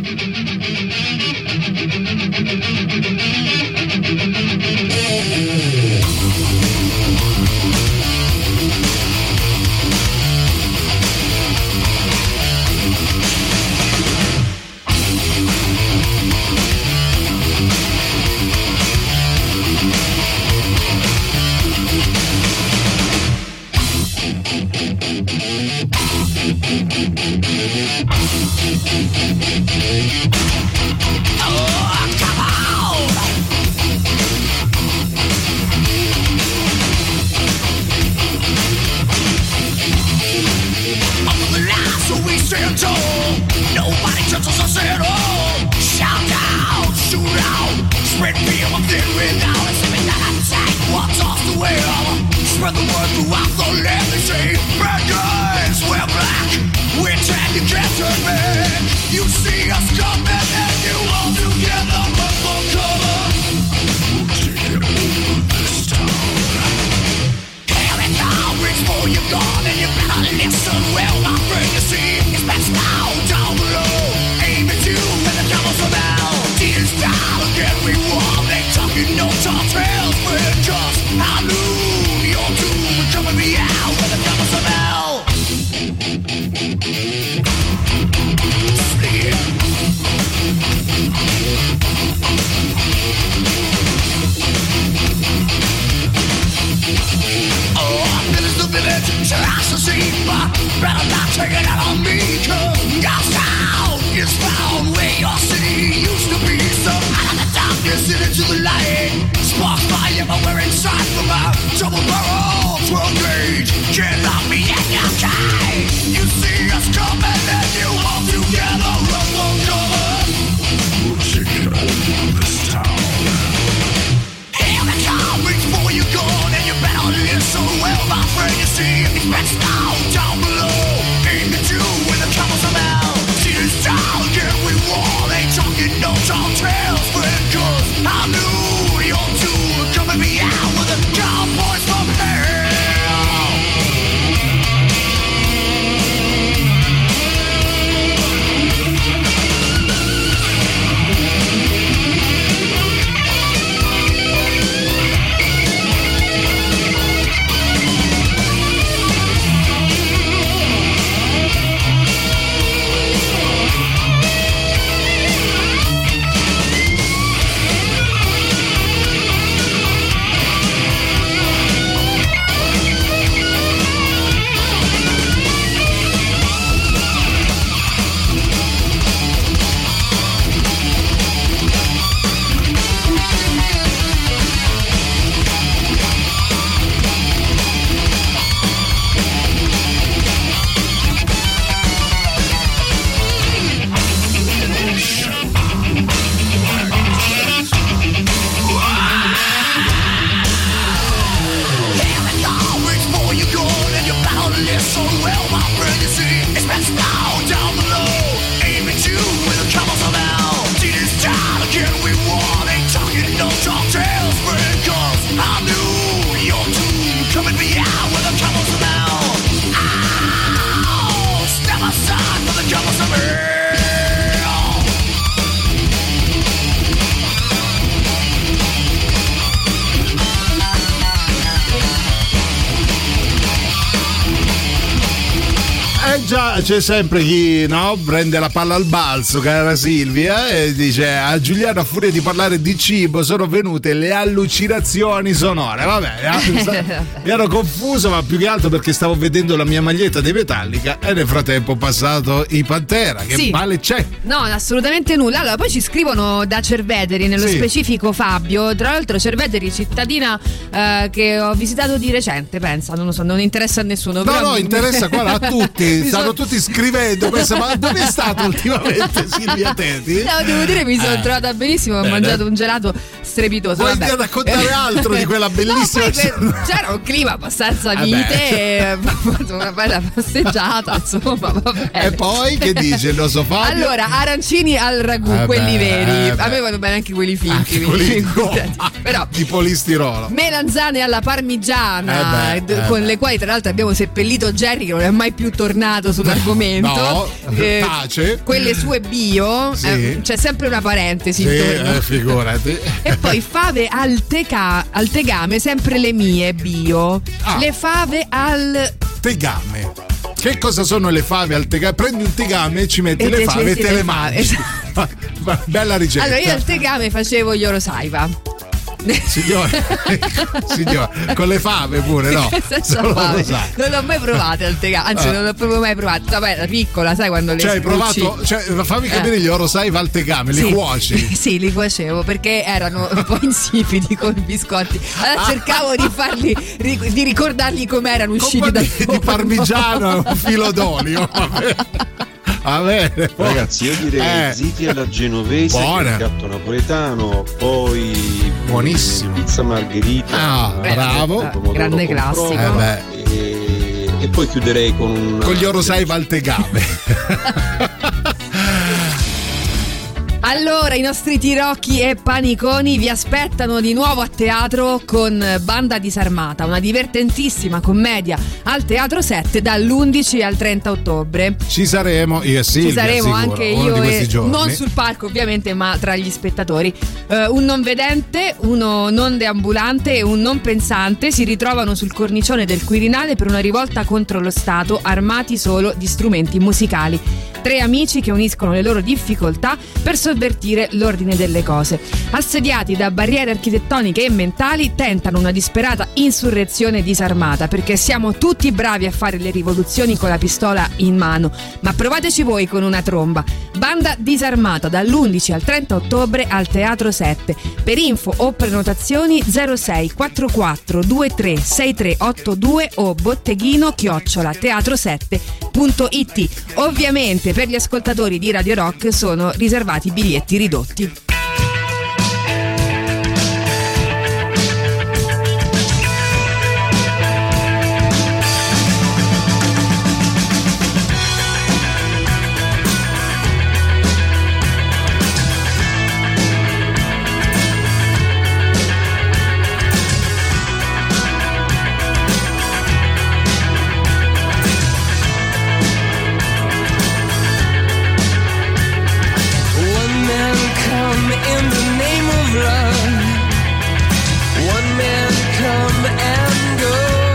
So we stand tall. Nobody touches us at all. Shout out, shoot out, spread fear of the without us. Even that attack, what's off the wheel? Spread the word throughout the land. They say, bad guys, we're black. We're tan, you can't turn back. You see us coming and you all together run for cover. We'll take it over this town. Here it now, reach for your gun and you better listen well, my friend. You see, it's best now, down below. Aim at you and the devil's from hell. Tears down again, we won. They talking no tall tales, but just I knew your doom would come and be out with the devil's from hell. Sleep. Oh, this is the village, trash to see, but better not take it out on me, cause God's town is found where your city used to be. So out of the darkness and into the light, sparks fly everywhere inside from my double barrel twelve gauge. Can't lock me in your cage. You see us coming and you all together run for cover. We'll take it over this town. Here they come, reach for your gun and you better listen well, my friend. You see, it's best now, down below. Aim at you with the covers of hell. See this town, again we war. They talking no tall tales, friend, cause I knew your two would come and be out with the cowboys from hell. I knew già c'è sempre chi, no, prende la palla al balzo, cara Silvia, e dice: a Giuliano, a furia di parlare di cibo, sono venute le allucinazioni sonore. Vabbè, mi ero confuso, ma più che altro perché stavo vedendo la mia maglietta dei Metallica e nel frattempo ho passato i Pantera. Che Sì. male c'è? No, assolutamente nulla. Allora, poi ci scrivono da Cerveteri, nello Sì. specifico Fabio. Tra l'altro Cerveteri, cittadina eh, che ho visitato di recente, pensa, non lo so, non interessa a nessuno. No, però no, mi- interessa qua a tutti. mi Stanno sono- tutti scrivendo. Pensa, ma dove è stato ultimamente Silvia Teti? No, devo dire, mi sono Eh. trovata benissimo. Ho Bene. mangiato un gelato strepitoso. Vuoi vabbè. raccontare altro di quella bellissima No, poi per- giornata? c'era un clima abbastanza Vabbè. mite e ho fatto una bella passeggiata, insomma, va bene. E poi che dice il nostro Fabio? Allora, arancini al ragù, Eh quelli beh, veri. eh beh. A me vanno bene anche quelli finti. Anche quindi quelli figurati. Però di polistirolo. melanzane alla parmigiana, Eh beh, d- eh con beh. le quali tra l'altro abbiamo seppellito Jerry, che non è mai più tornato sull'argomento. No, tace. Quelle sue bio, Sì. eh, c'è sempre una parentesi Sì, intorno. eh, figurati. E poi fave al, teca- al tegame, sempre le mie bio. Ah. Le fave al. Tegame. Che cosa sono le fave al tegame? Prendi un tegame, ci metti E le te ci fave e metti te le le fave, mangi. Bella ricetta. Allora, io al tegame facevo gli orosaiva. Signore, signore, con le fave pure, no? Senza Solo fave. lo sai. Non l'ho mai provate al tegame, anzi, Ah. non l'ho proprio mai provato. Vabbè, da piccola, sai quando le Cioè, hai sprucci. provato, cioè, fammi capire, Eh. gli orosaiva al tegame, li Sì. cuoci? Sì, li cuocevo perché erano un po' insipidi con i biscotti. Allora cercavo di farli, ric- di ricordarli come erano Con usciti un po' dal di, forno. di parmigiano e un filo d'olio. Va bene. Va bene. Ragazzi, io direi Eh. ziti alla genovese, Buona. il gatto napoletano, poi Buonissimo. pizza margherita, Ah, Eh, bravo. pomodoro grande con classico. provola, Eh beh. e, e poi chiuderei con un Con gli orosaiva al tegame. Allora, i nostri tirocchi e paniconi vi aspettano di nuovo a teatro con Banda Disarmata, una divertentissima commedia al Teatro sette dall'undici al trenta ottobre. Ci saremo io e Silvia. Ci saremo sicuro, anche uno io di questi e giorni. non sul palco ovviamente, ma tra gli spettatori. Eh, un non vedente, uno non deambulante e un non pensante si ritrovano sul cornicione del Quirinale per una rivolta contro lo Stato, armati solo di strumenti musicali. Tre amici che uniscono le loro difficoltà per sovvertire l'ordine delle cose. Assediati da barriere architettoniche e mentali, tentano una disperata insurrezione disarmata, perché siamo tutti bravi a fare le rivoluzioni con la pistola in mano, ma provateci voi con una tromba. Banda Disarmata dall'undici al trenta ottobre al Teatro sette. Per info o prenotazioni zero sei quattortaquattro ventitré sessantatré ottantadue o botteghino chiocciola teatro sette punto it. Ovviamente per gli ascoltatori di Radio Rock sono riservati biglietti ridotti. One man come in the name of love. One man come and go.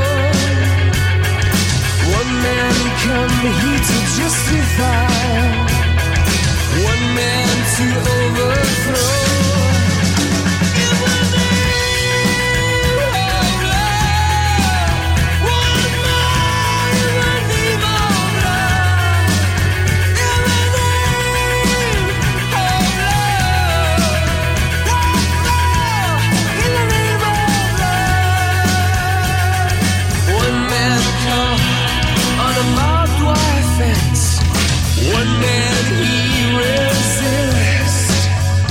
One man come here to justify. One man to overthrow. In the name of love. One man in the name of love. In the name of love. In the name of love. One man come on a barbed wire fence. One man he resists.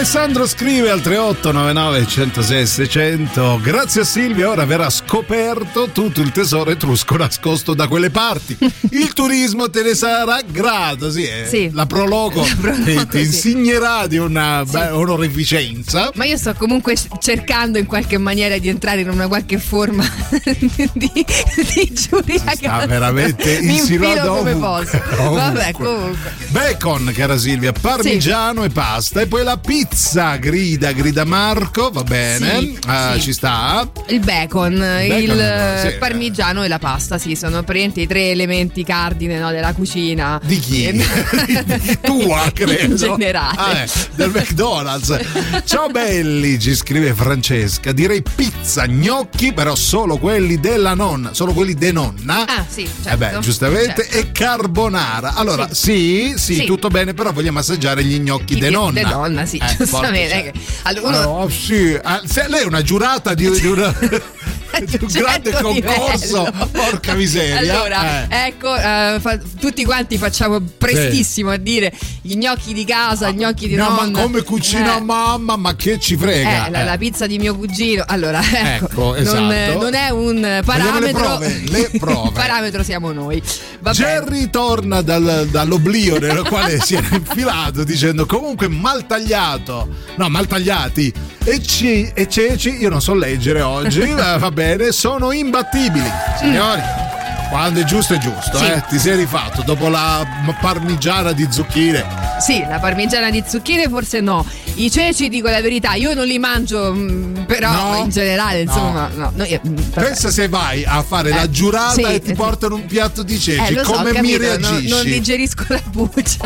Alessandro scrive al tre otto nove nove uno zero sei seicento: grazie a Silvia ora verrà scoperto tutto il tesoro etrusco nascosto da quelle parti. Il turismo te ne sarà grato, sì, eh. Sì. La Prologo, La Prologo, ti, ti sì. insignerà di una Sì. beh, onorificenza. Ma io sto comunque cercando in qualche maniera di entrare in una qualche forma di, di giuria. Sta veramente mi insinuando infilo come ovunque. posso. Ovunque. Vabbè, comunque. Bacon, cara Silvia, parmigiano e pasta, e poi la pizza grida, grida Marco, va bene, Sì, ah, sì. ci sta. Il bacon, il sì. eh, parmigiano e la pasta, sì, sono praticamente i tre elementi cardine, no, della cucina. Di chi? Di tua, credo. In generale. Ah, eh, del McDonald's. Ciao belli, ci scrive Francesca. Direi pizza, gnocchi, però solo quelli della nonna, solo quelli de nonna. Ah, sì, certo. Eh beh, giustamente, Certo. e carbonara. Allora, sì, sì, Sì. tutto bene, però vogliamo assaggiare gli gnocchi I- de nonna. de nonna, sì, Eh, giustamente. porca- Allora, uno- Allora, sì, ah, se lei è una giurata di, di una- di un grande certo concorso, livello. porca miseria. Allora, Eh. ecco, eh, fa- tutti quanti facciamo prestissimo a dire gli gnocchi di casa, gli gnocchi di No, nonna. ma come cucina Eh, mamma, ma che ci frega? eh, la, Eh. la pizza di mio cugino. Allora, ecco, Ecco, esatto. non, non è un parametro. le prove, le prove. Il parametro siamo noi. Va bene. Jerry torna dal- dall'oblio nel quale si era infilato dicendo comunque mal tagliato, no mal tagliati e, ci, e ceci, io non so leggere oggi, ma va bene, sono imbattibili, signori. Quando è giusto è giusto, Sì. eh? Ti sei rifatto dopo la parmigiana di zucchine. Sì, la parmigiana di zucchine forse no. I ceci, dico la verità, io non li mangio, mh, però No? in generale, insomma, no. no, io- mh, vabbè. Pensa se vai a fare Eh, la giurata sì, e ti sì. portano un piatto di ceci, Eh, lo so, come ho mi capito, reagisci? Non, non digerisco la buccia.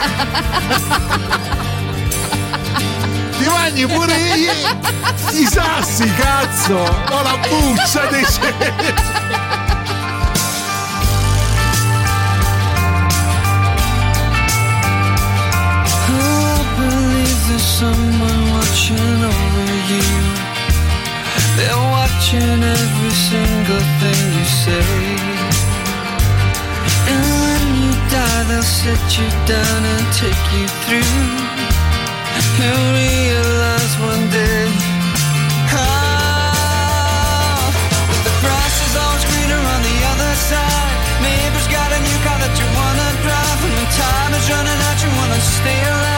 Ti mangi pure i, i sassi, cazzo! O la buccia dei ceci! Someone watching over you. They're watching every single thing you say. And when you die, they'll sit you down and take you through. You'll realize one day, ah, that the grass is always greener on the other side. Neighbor's got a new car that you wanna drive. And when time is running out, you wanna stay alive.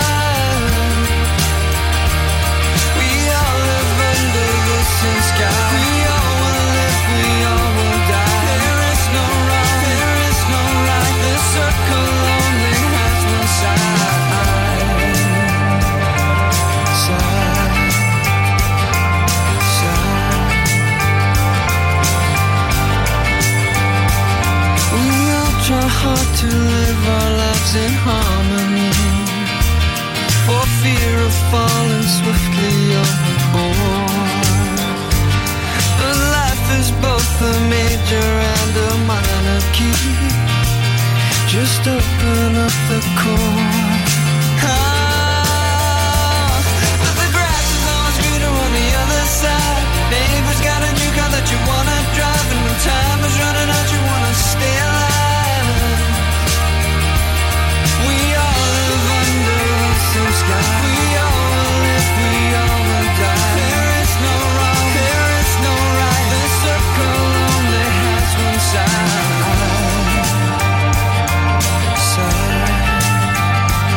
Sky. We all will live, we all will die. There is no wrong, there is no right. The circle only has one side. Side, side. We all try hard to live our lives in harmony, for fear of falling swiftly overboard. Is both a major and a minor key. Just open up the chord. Ah, but the grass is always greener on the other side. Neighbor's got a new car that you wanna drive, and when time is running out, you wanna stay alive. We all live under the same sky. We all will live, we all will die. There is no wrong, there is no right. The circle only has one side. Side,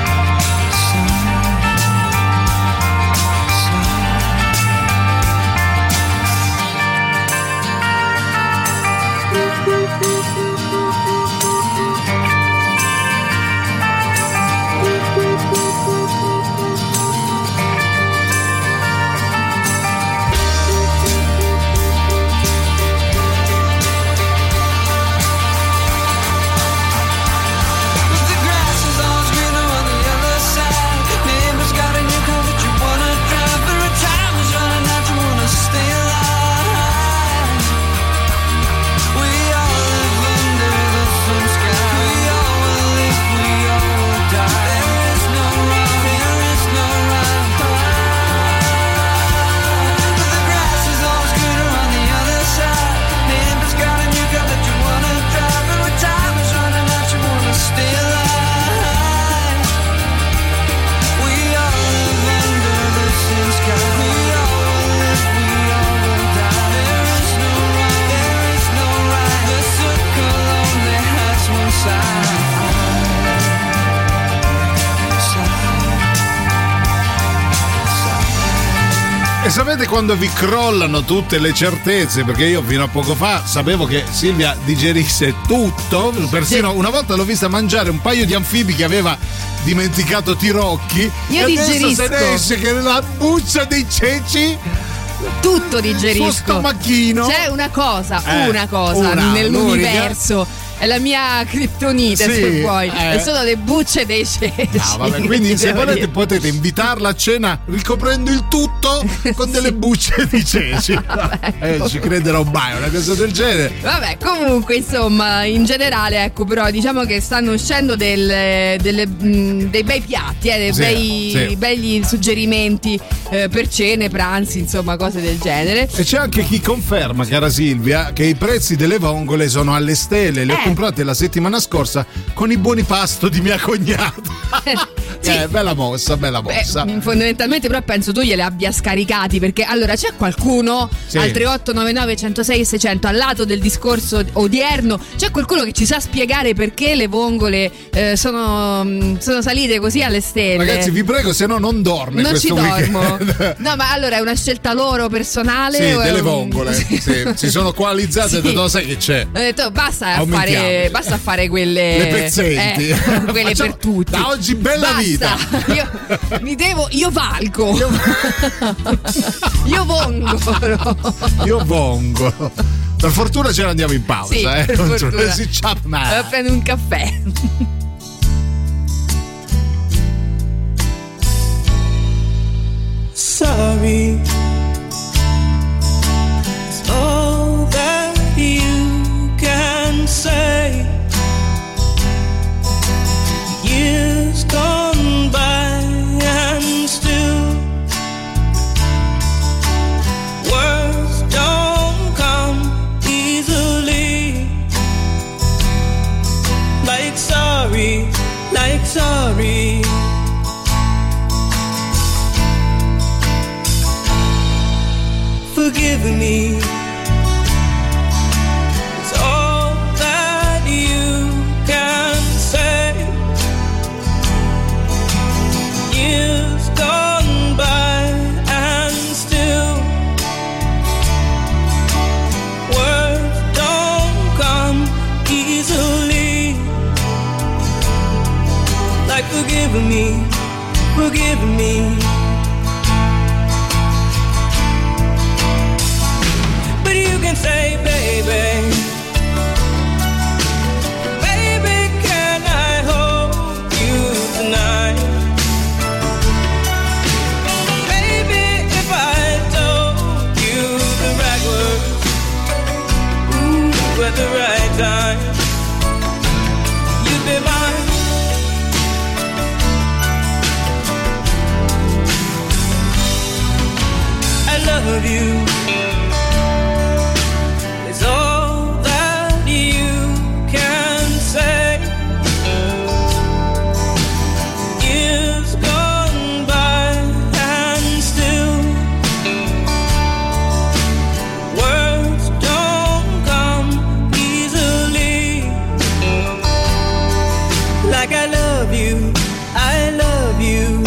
E sapete quando vi crollano tutte le certezze? Perché io fino a poco fa sapevo che Silvia digerisse tutto, persino una volta l'ho vista mangiare un paio di anfibi che aveva dimenticato Tirocchi. Io e adesso digerisco. se ne esce che la buccia dei ceci. Tutto digerisco. Sul stomachino. C'è una cosa, Eh, una cosa una, nell'universo. È la mia criptonite, Sì, se vuoi. eh. E sono le bucce dei ceci. Ah, vabbè, quindi se volete potete invitarla a cena ricoprendo il tutto con delle bucce di ceci. Eh, ci crederò mai una cosa del genere. Vabbè, comunque, insomma, in generale, ecco, però diciamo che stanno uscendo del- delle, mh, dei bei piatti, eh, dei Sì, bei, sì. belli suggerimenti eh, per cene, pranzi, insomma, cose del genere. E c'è anche chi conferma, cara Silvia, che i prezzi delle vongole sono alle stelle. Le ho Eh. comprate la settimana scorsa con i buoni pasto di mia cognata. Sì. Eh, bella mossa, bella Beh, mossa. fondamentalmente però penso tu gliele abbia scaricati, perché allora c'è qualcuno Sì. al tre otto nove nove uno zero sei sei zero zero al lato del discorso odierno, c'è qualcuno che ci sa spiegare perché le vongole eh, sono, mh, sono salite così alle stelle. Ragazzi, vi prego, se no non dorme non ci questo dormo. weekend. No, ma allora è una scelta loro personale? Sì, o è delle un- vongole. Sì. Sì, si sono coalizzate e Sì. ho detto, sai che c'è? Ho detto basta a Aumentiamo. fare, basta a fare quelle Le pezzenti. eh, quelle Facciamo- per tutti. da oggi bella Basta. vita. Io mi devo, io valgo. Io vongo. Io vongo. Per fortuna ce ne andiamo in pausa, Sì, eh. per Non fortuna. si ciap mai. Vado a prendere un caffè. Sorry, it's all that you can say. Years gone by and still words don't come easily. Like sorry, like sorry. Forgive me. It's all that you can say. Years gone by and still words don't come easily. Like forgive me, forgive me. But you can say, baby, baby, can I hold you tonight? Baby, if I told you the right words, ooh, at the right time, you'd be mine. I love you. It's all that you can say. Years gone by and still words don't come easily. Like I love you, I love you.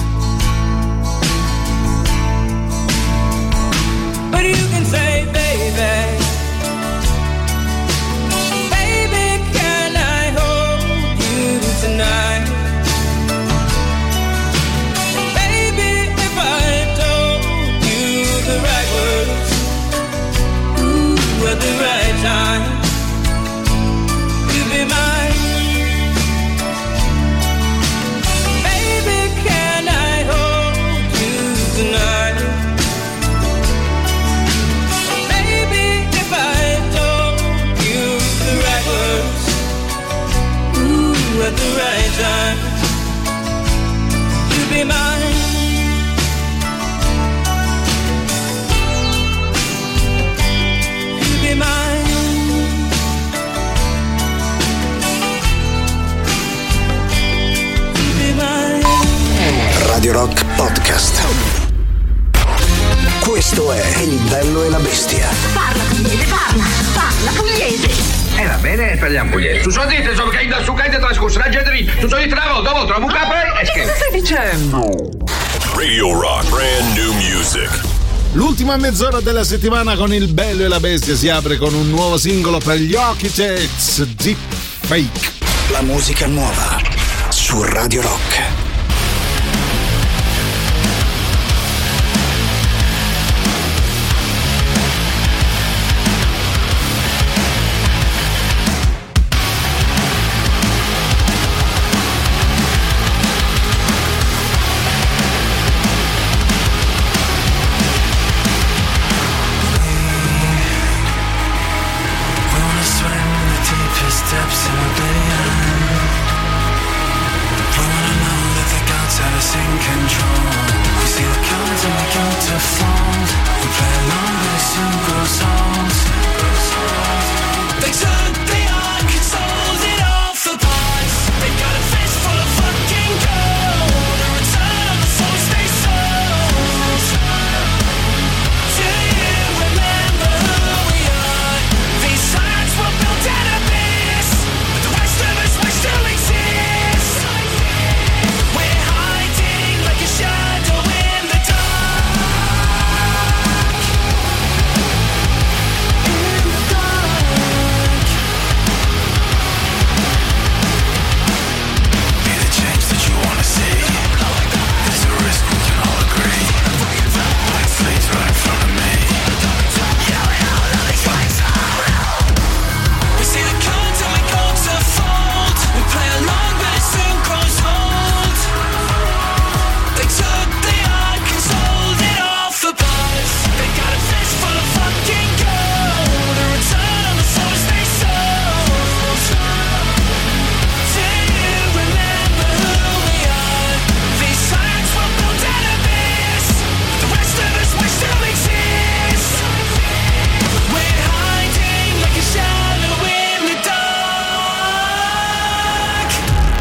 But you can say, baby, baby, can I hold you tonight? Baby, if I told you the right words, ooh, at the right time, you'd be mine. Baby, can I hold you tonight? Baby, if I told you the right words, ooh, at the right time, you'd be mine. You'd be mine. You'd be mine. Radio Rock Podcast. Questo è Il bello e la bestia. Parla pugliese, parla, parla pugliese. Eh va bene, parliamo pugliese. Tu so dite, sono che da su che trascorso la gente lì. Tu so di travo, dopo trovo un capo e Che cosa stai dicendo? Radio Rock, brand new music. L'ultima mezz'ora della settimana con il Bello e la Bestia si apre con un nuovo singolo per gli Architects, Deep Fake. La musica nuova su Radio Rock. Steps in oblivion. We wanna know that the gods have us in control. We see the cards and we go to fold. We play along but it soon grows old. They took the art, controlled it all for parts. They got a fist full of fucking gold. The return of the souls they sold. Do you remember who we are? These signs were built out of still exist. We're hiding like a shadow in the dark. In the dark. Be the change that you wanna see. There's a risk we can all agree. Like slaves right in front of me. We see the cards and we go to fold. We play along but it soon grows old. They took the art, controlled it all for buzz. They got a fist full of fucking gold. The return on the souls they sold. Do you remember who we are? These signs were built out of this. The rest of us, we still exist. We're hiding like a shadow in the dark.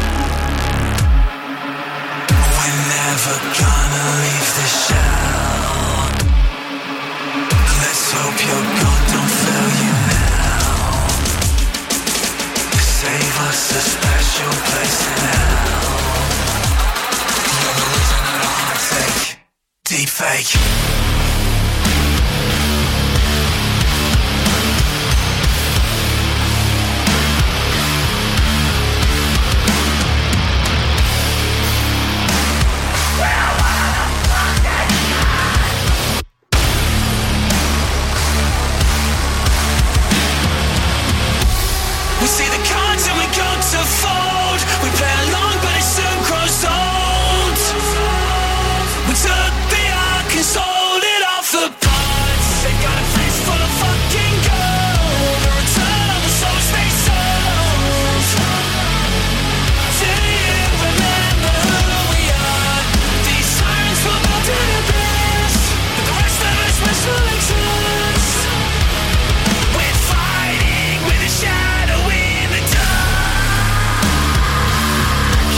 We're never gonna leave the shell. Let's hope your God don't fail you now. Save us a special place in hell. You're the reason that I take deep fake. We see the cards and we go to fold. We play along but it soon grows old. We took the arc and sold it off the parts. They got a face full of fucking gold. The return of the souls they sold. Do you remember who we are? These sirens will build an abyss, but the rest of us will still exist. We're fighting with a shadow in the dark.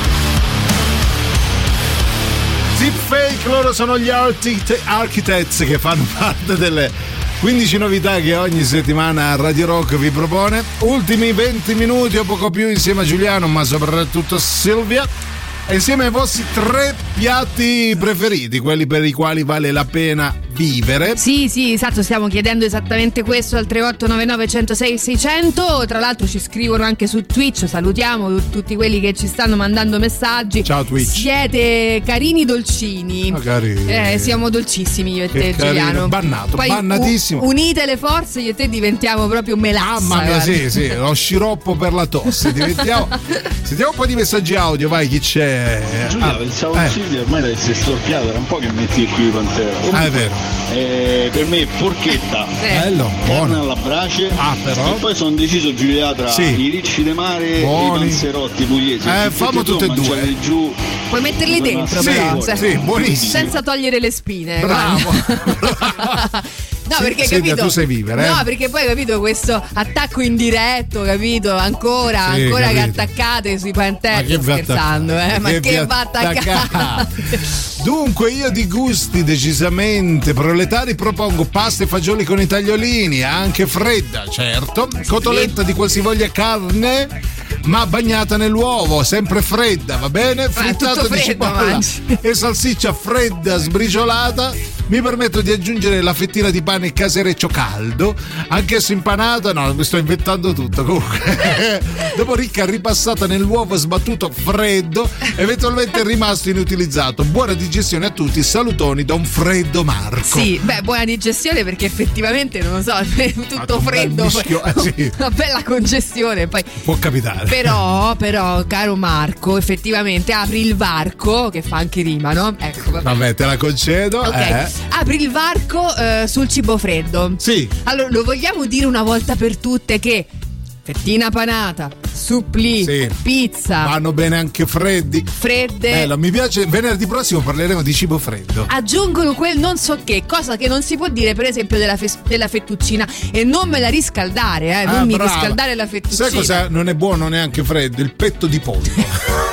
Deep Fake, loro sono gli Archite- Architects che fanno parte delle quindici novità che ogni settimana Radio Rock vi propone. Ultimi venti minuti o poco più insieme a Giuliano, ma soprattutto Silvia, e insieme ai vostri tre piatti preferiti, quelli per i quali vale la pena vivere. Sì, sì, esatto, stiamo chiedendo esattamente questo al tre otto nove nove uno zero sei sei zero zero. Tra l'altro ci scrivono anche su Twitch, salutiamo tutti quelli che ci stanno mandando messaggi. Ciao Twitch. Siete carini dolcini. Ah, carini. Eh, siamo dolcissimi io e Che te, carino. Giuliano. Bannato, Poi bannatissimo. u- unite le forze, io e te diventiamo proprio melassa. Mamma mia, guarda. sì, sì, lo sciroppo per la tosse. Diventiamo. Sentiamo un po' di messaggi audio, vai, chi c'è? Giulia, Ah, pensavo eh. che Silvia ormai l'avesse storpiata, era un po' che metti qui Pantera. Ah, è vero. Eh, per me porchetta, Bello, buono. carne alla brace. Ah, però. E poi sono deciso, Giulia, tra Sì. i ricci de mare Buoni. e i panzerotti pugliesi. Eh, fammo tutte e due. mangiarli giù. Puoi metterli dentro, Sì, però. sì, se- buonissimo. Senza togliere le spine. Bravo. guarda. No, Sì, perché Silvia, capito? tu sai vivere, eh? No, perché poi capito questo attacco indiretto, capito? Ancora, Sì, ancora che capito. attaccate sui Ma Pantera. che Sto vi scherzando, attaccate? eh? Ma Che che, vi va attaccate? attaccate? Dunque io di gusti decisamente proletari propongo pasta e fagioli con i tagliolini, anche fredda, certo, cotoletta di qualsivoglia carne, ma bagnata nell'uovo, sempre fredda, va bene? Frittata tutto di freddo, cipolla mangi. e salsiccia fredda sbriciolata. Mi permetto di aggiungere la fettina di pane casereccio caldo, anch'esso impanata. No, mi sto inventando tutto. Comunque, dopo ricca ripassata nell'uovo sbattuto freddo, eventualmente rimasto inutilizzato. Buona digestione a tutti, salutoni da un freddo Marco. Sì, beh, buona digestione perché effettivamente non lo so, tutto un bel freddo, mischio, eh, sì. una bella congestione, poi Può capitare. Però, però, caro Marco, effettivamente apri il varco, che fa anche rima, no? Ecco, vabbè. Vabbè, te la concedo. Ok, eh. apri il varco eh, sul cibo freddo. Sì. Allora, lo vogliamo dire una volta per tutte che fettina panata, supplì, Sì. pizza, Vanno bene anche freddi. fredde. Bello, mi piace. Venerdì prossimo parleremo di cibo freddo. Aggiungono quel non so che, cosa che non si può dire per esempio della, fes- della fettuccina, e non me la riscaldare, eh, non Ah, mi brava. riscaldare la fettuccina. Sai cosa non è buono neanche freddo? Il petto di pollo.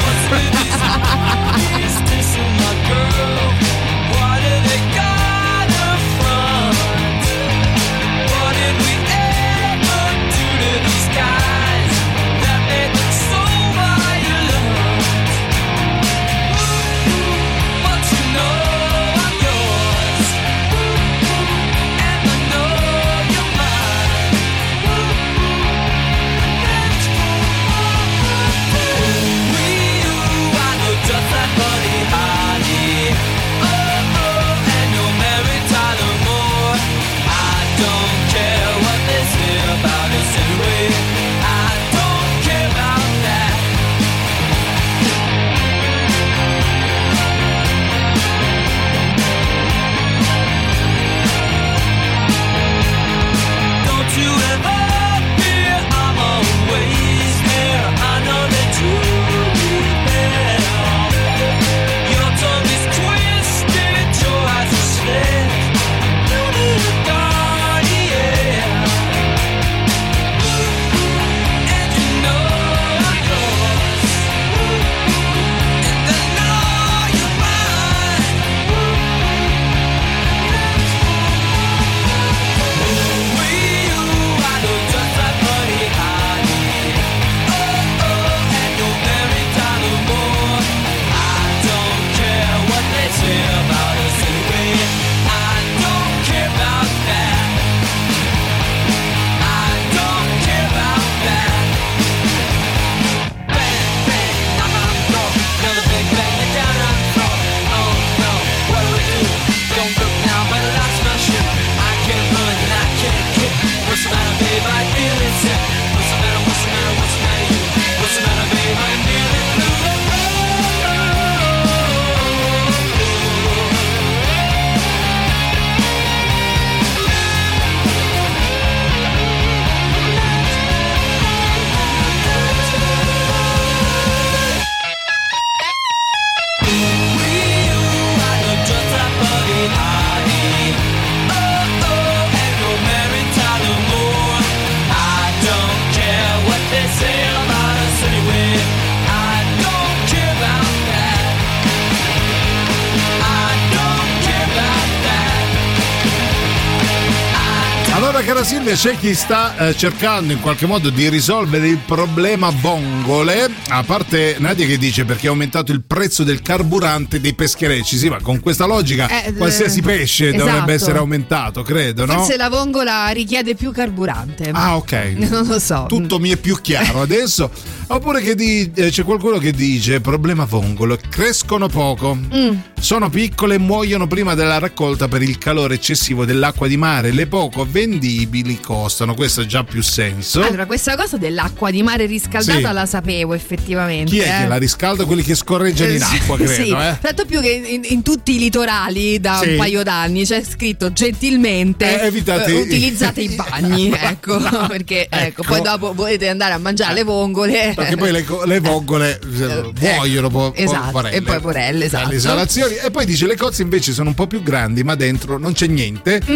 Allora, cara Silvia, c'è chi sta eh, cercando in qualche modo di risolvere il problema vongole, a parte Nadia che dice perché è aumentato il prezzo del carburante dei pescherecci. Sì, ma con questa logica Eh, qualsiasi pesce esatto. dovrebbe essere aumentato, credo, no? Forse la vongola richiede più carburante. Ah, ok. Non lo so. Tutto mi è più chiaro adesso. Oppure che di, eh, c'è qualcuno che dice problema vongolo, crescono poco, Mm. sono piccole e muoiono prima della raccolta per il calore eccessivo dell'acqua di mare, le poco vendibili costano. Questo ha già più senso. Allora, questa cosa dell'acqua di mare riscaldata Sì. la sapevo effettivamente. Chi è eh. che la riscalda? Quelli che scorreggiano in acqua, credo, sì, eh? tanto più che in, in tutti i litorali da Sì. un paio d'anni c'è scritto gentilmente Eh, evitate- eh, utilizzate i bagni, ecco, perché ecco, poi dopo volete andare a mangiare le vongole. Perché poi le, co- le vongole eh, muoiono po- po- esatto, porelle. e poi porelle, esatto. Dalle esalazioni. E poi dice le cozze invece sono un po' più grandi, ma dentro non c'è niente. Mm.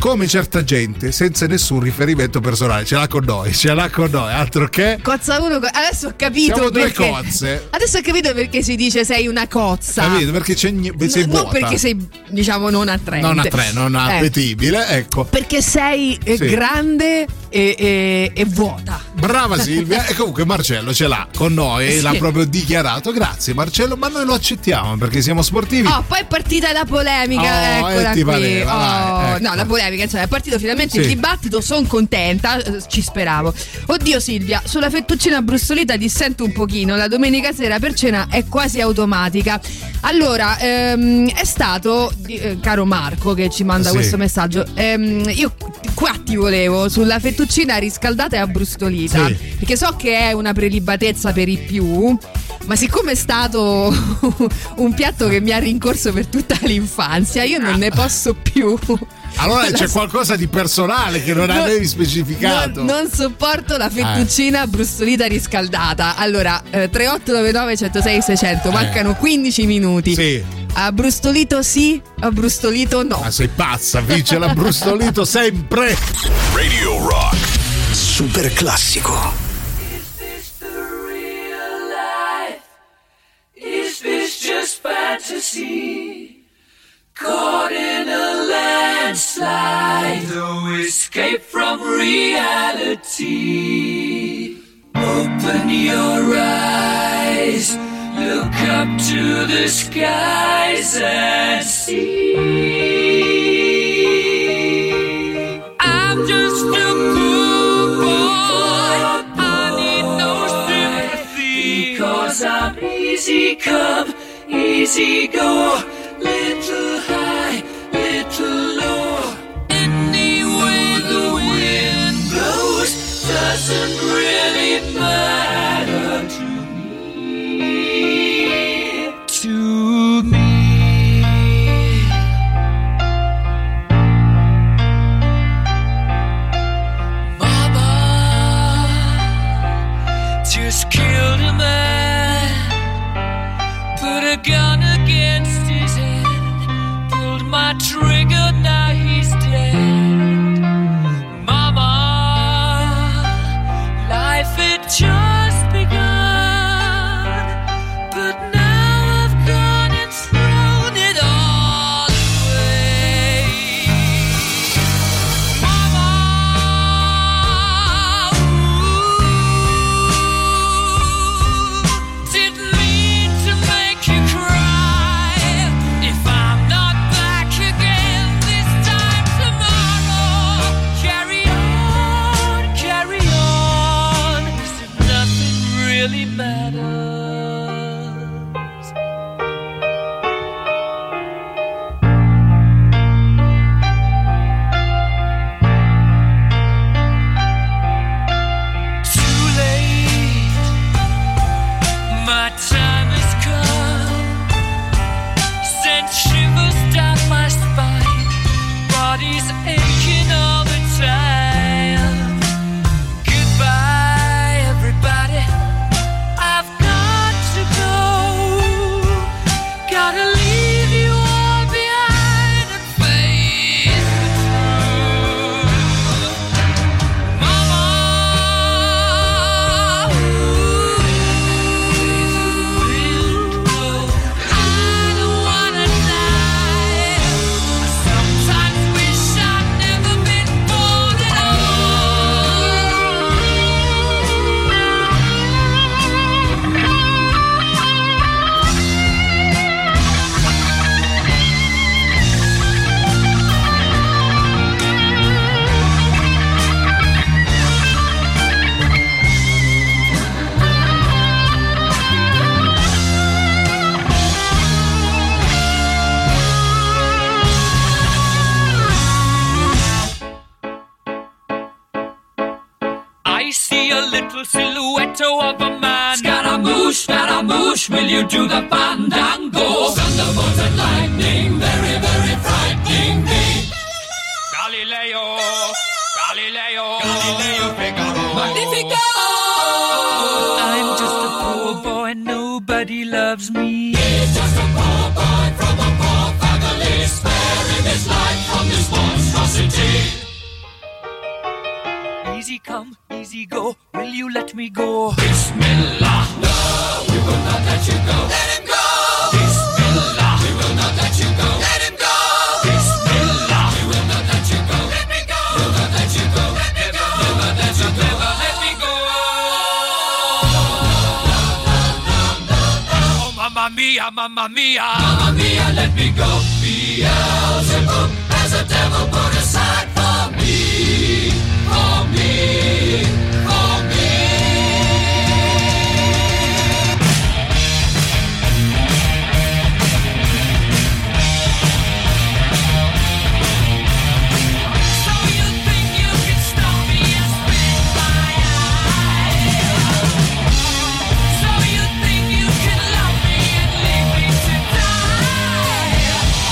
come certa gente, senza nessun riferimento personale. Ce l'ha con noi, ce l'ha con noi, altro che cozza uno. Adesso ho capito. siamo due perché, cozze. Adesso ho capito perché si dice sei una cozza. Capito? Perché c'è sei No, non vuota. perché sei, diciamo, non attraente. Non attraente, non Eh. appetibile, ecco. Perché sei eh, Sì. grande e, e- e vuota. Brava Silvia. E comunque Marcello ce l'ha con noi, Sì. l'ha proprio dichiarato. Grazie Marcello, ma noi lo accettiamo perché siamo sportivi. Oh, poi è partita la polemica. Oh, eccola e ti qui. pareva, Oh, vai, ecco. No, la polemica, insomma, è partito finalmente Sì. il dibattito. Sono contenta, eh, ci speravo. Oddio Silvia, sulla fettuccina brustolita dissento un pochino. La domenica sera per cena è quasi automatica. Allora, ehm, è stato, eh, caro Marco, che ci manda Sì. questo messaggio. ehm, io qua ti volevo sulla fettuccina riscaldata e abbrustolita, Sì. perché so che è una prelibatezza per i più. Ma siccome è stato un piatto che mi ha rincorso per tutta l'infanzia, io non ne posso più. Allora La- c'è qualcosa di personale che non Non- avevi specificato. Non, non sopporto la fettuccina brustolita riscaldata. Allora, eh, tre otto nove nove uno zero sei sei zero zero, mancano quindici minuti. Sì. Abbrustolito sì, abbrustolito no. Ma sei pazza, vince l'abbrustolito sempre. Radio Rock. Super classico. Is this just fantasy? Caught in a landslide, no escape from reality. Open your eyes, look up to the skies and see. I'm just a poor boy, I need no sympathy, because I'm easy come, easy go, little high, little low. Any way the wind blows doesn't really matter to me, to me. Mama just killed a man, put a gun against his head, pulled my trigger, now he's dead. Mama, life had just begun, but now I've gone and thrown it all away. Mama, ooh, didn't mean to make you cry. If I'm not back again this time tomorrow, carry on, carry on, as if nothing really matters. Too late, my time has come, sent shivers down my spine, body's aching all the time. Goodbye, everybody, I've got to go, gotta leave you all behind and face the truth. Mama, I don't wanna die. I sometimes wish I'd never been born at I see a little silhouette of a man. Scaramouche, Scaramouche, will you do the fandango? Thunderbolt and lightning, very, very frightening me. Galileo, Galileo, Galileo Figaro. Magnifico! I'm just a poor boy, nobody loves me. He's just a poor boy from a poor family, sparing this life from this monstrosity. Easy come, easy go, will you let me go? Bismillah, no, we will not let you go. Let him go. Bismillah, we will not let you go. Let him go. Bismillah, we will not let you go. Let me go. We'll not let you go. Let me go. We'll not let you go. Let me go. Oh, mamma mia, mamma mia. Mamma mia, let me go. Beelzebub has a devil put aside for me, for me, for me. So you think you can stop me and spit my eye? So you think you can love me and leave me to die?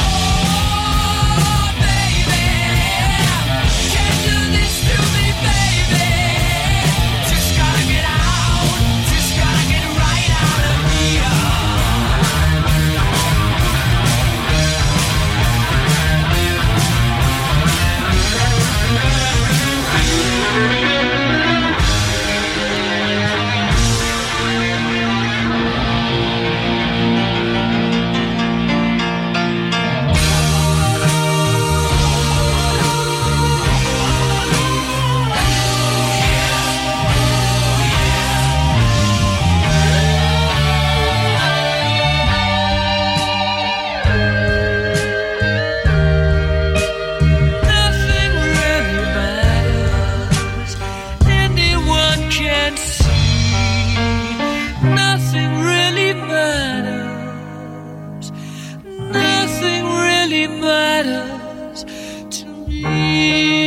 Oh, baby, can't do this to me, baby. Just gotta get out, just gotta get right out of here. Nothing really matters. Anyone can see. Nothing really matters. Nothing really matters to me.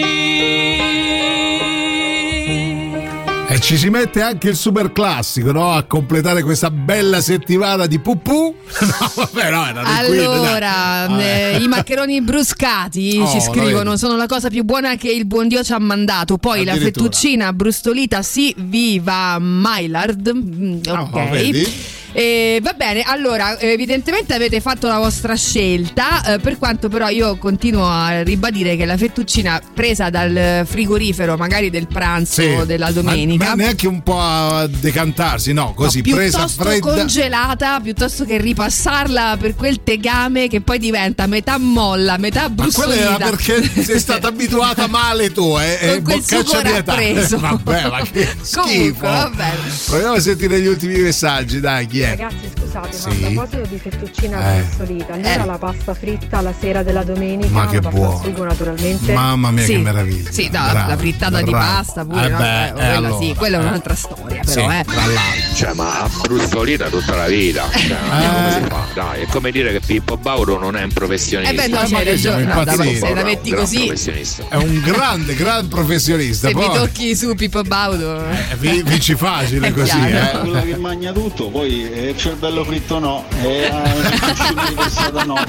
E ci si mette anche il super classico, no? A completare questa bella settimana di pupù. No, vabbè, no, era di Queen, Allora, dai. eh, i maccheroni bruscati Oh, ci lo scrivono: vedi. sono la cosa più buona che il buon Dio ci ha mandato. Poi la Addirittura. fettuccina brustolita, sì, viva Maillard. Mm, ok. Oh, vedi? Eh, va bene, allora evidentemente avete fatto la vostra scelta, eh, per quanto però io continuo a ribadire che la fettuccina presa dal frigorifero, magari del pranzo Sì. della Ma- domenica, ma neanche un po' a decantarsi, no, così no, presa piuttosto fredda. congelata, piuttosto che ripassarla per quel tegame che poi diventa metà molla, metà Ma quella brustolita. era perché sei stata abituata male tu, eh? Con e quel boccaccia sugo di età. rappreso. Vabbè, ma che Comunque, schifo. va bene. Proviamo a sentire gli ultimi messaggi, dai, chi è? Ragazzi, scusate, Sì. ma a proposito di fettuccina Eh. brustolita, allora Eh. la pasta fritta la sera della domenica, Ma che la pasta buono. al sugo naturalmente. Mamma mia, Sì. che meraviglia. Sì, no, Bravo, la frittata di bravo. pasta pure, Eh no? beh, Eh, eh, quella allora, sì, quella è eh. un'altra storia, però, Sì, eh. tra l'altro. Cioè, ma a brustolita tutta la vita. Cioè, ma come si fa? Dai, è come dire che Pippo Baudo non è un professionista. Eh beh, no, ma c'hai che siamo ragione. No, dai, ma impazziti? se la metti Gran così, professionista. È un grande, gran professionista. se mi Poi tocchi su Pippo Baudo, eh, vi- vinci facile È così, chiaro. eh. Quella che mangia tutto, poi eh, il cervello fritto no, e la fettuccina di passata no,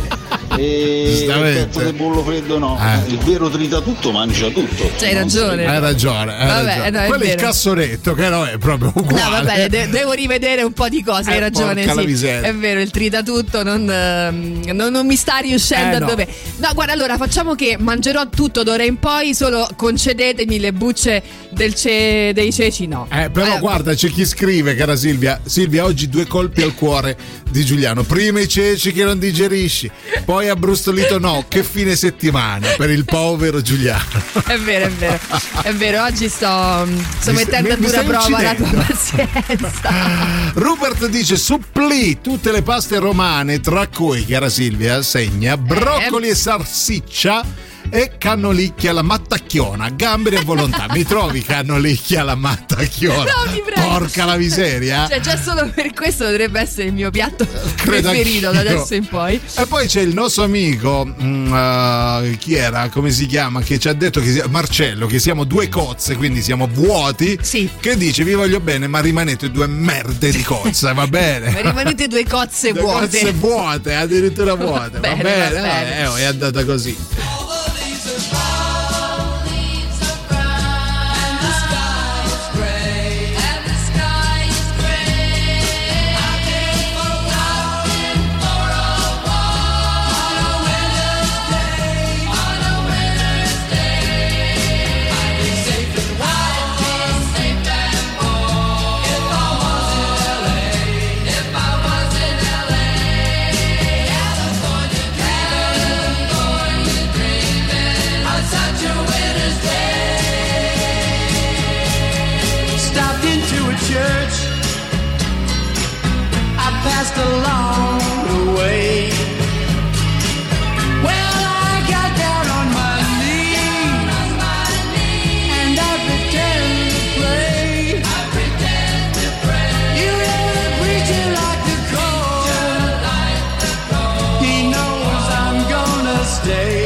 e il Giustamente. petto del bollo freddo no. Eh. Il vero trita tutto mangia tutto. c'hai Non si- ragione. Hai ragione, hai Vabbè, ragione. no, è Quello è il vero. cassoretto, che no, è proprio uguale. No, va bene, de- devo rivedere un po' di cose, hai Eh, ragione. porca la Sì, miseria. è vero, il trita tutto non, ehm, non, non mi sta riuscendo Eh, a no. dove. No, guarda, allora facciamo che mangerò tutto d'ora in poi, solo concedetemi le bucce del ce- dei ceci, no. Eh, però Eh, guarda, c'è chi scrive, cara Silvia. Silvia, oggi due colpi al cuore di Giuliano. Prima i ceci che non digerisci, poi a brustolito no. Che fine settimana per il povero Giuliano. È vero, è vero, è vero, oggi sto, sto Mi mettendo a sta- mi dura stai prova la tua uccidendo. pazienza. Rupert dice supplì tutte le paste romane, tra cui, cara Silvia, segna broccoli e salsiccia e cannolicchia alla mattacchiona, gamberi e volontà. Mi trovi cannolicchia alla mattacchiona? No, mi prego. Porca la miseria. Cioè, già solo per questo dovrebbe essere il mio piatto Credo preferito da anch'io. adesso in poi. E poi c'è il nostro amico, mm, uh, chi era? Come si chiama? Che ci ha detto che sia- Marcello, che siamo due cozze, quindi siamo vuoti. Sì. Che dice: vi voglio bene, ma rimanete due merde di cozze, va bene? Ma rimanete due cozze Due vuote. cozze vuote, addirittura vuote. Bene, va bene, va bene. eh, oh, è andata così. passed along the way. Well, I got down on my knees and I pretend to pray. You hear the preacher like the cold. He knows I'm gonna stay.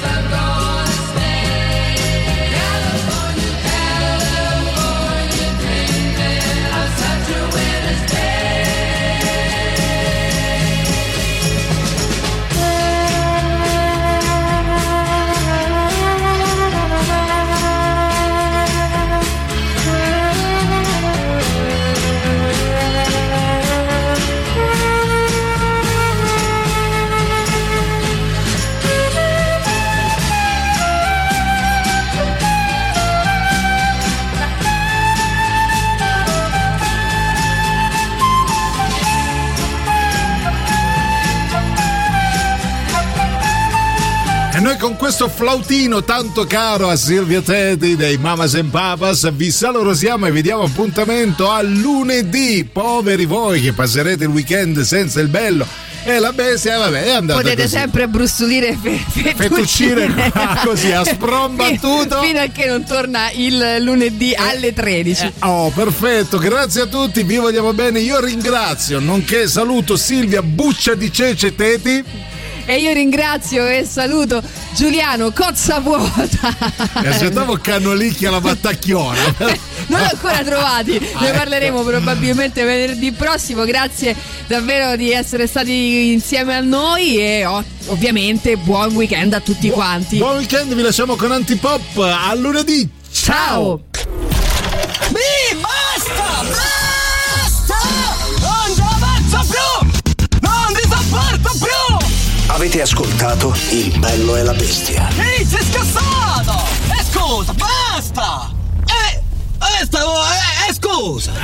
E noi con questo flautino tanto caro a Silvia Teti dei Mamas and Papas vi salutiamo e vi diamo appuntamento a lunedì. Poveri voi che passerete il weekend senza il bello e la bestia, vabbè, è andata Potete così. sempre brustolire fe- Fettuccine fettuccine così a sprombattuto fino a che non torna il lunedì alle tredici. Oh, perfetto, grazie a tutti, vi vogliamo bene. Io ringrazio, nonché saluto Silvia Buccia di Cece Teti. E io ringrazio e saluto Giuliano Cozza Vuota. E aspettavo Cannolicchia la Battacchiona. Non l'ho ancora trovati, ne parleremo probabilmente venerdì prossimo. Grazie davvero di essere stati insieme a noi e oh, ovviamente buon weekend a tutti quanti. Buon weekend, vi lasciamo con Antipop, a lunedì. Ciao. Mi basta! Basta! Non ce la faccio più! Non vi sopporto più! Avete ascoltato Il bello e la bestia? Ehi, sei scassato! E scusa, basta! Eh, eh, stavo, eh, eh, scusa!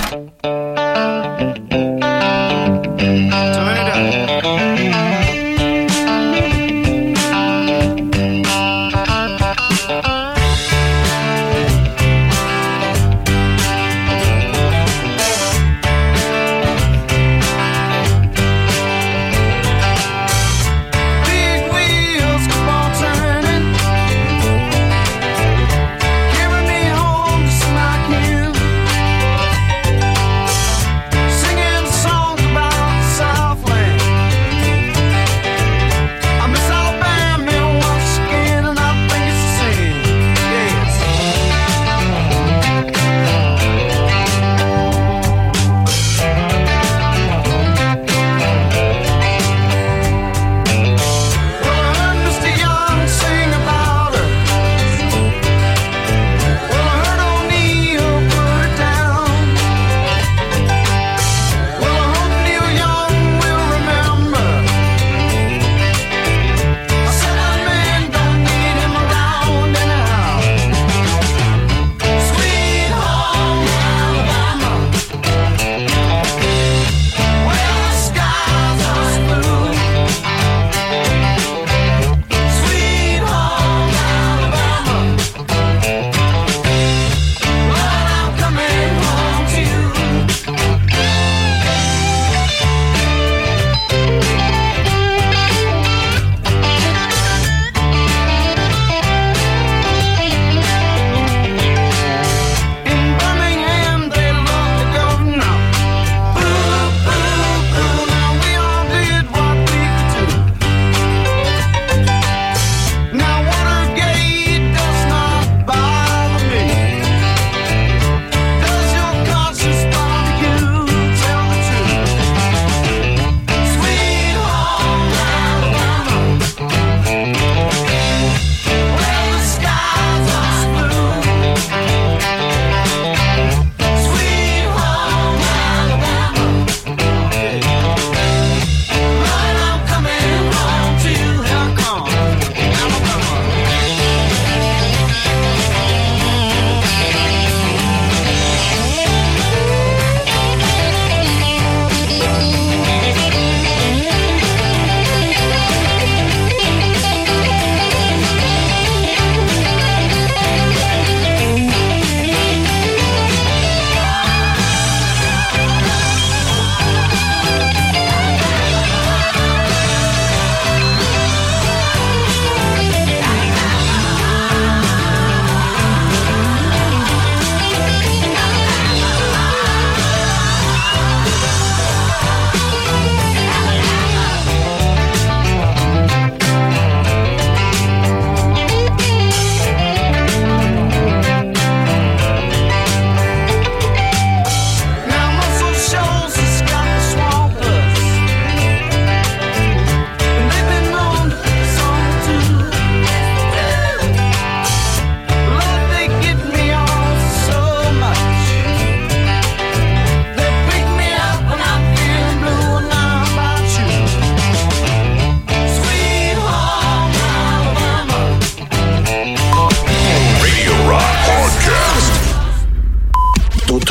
Big wheels keep on turning, carry me home just like you.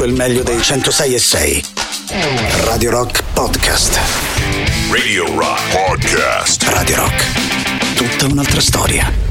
il meglio dei centosei e sei. Radio Rock Podcast. Radio Rock Podcast. Radio Rock. Tutta un'altra storia.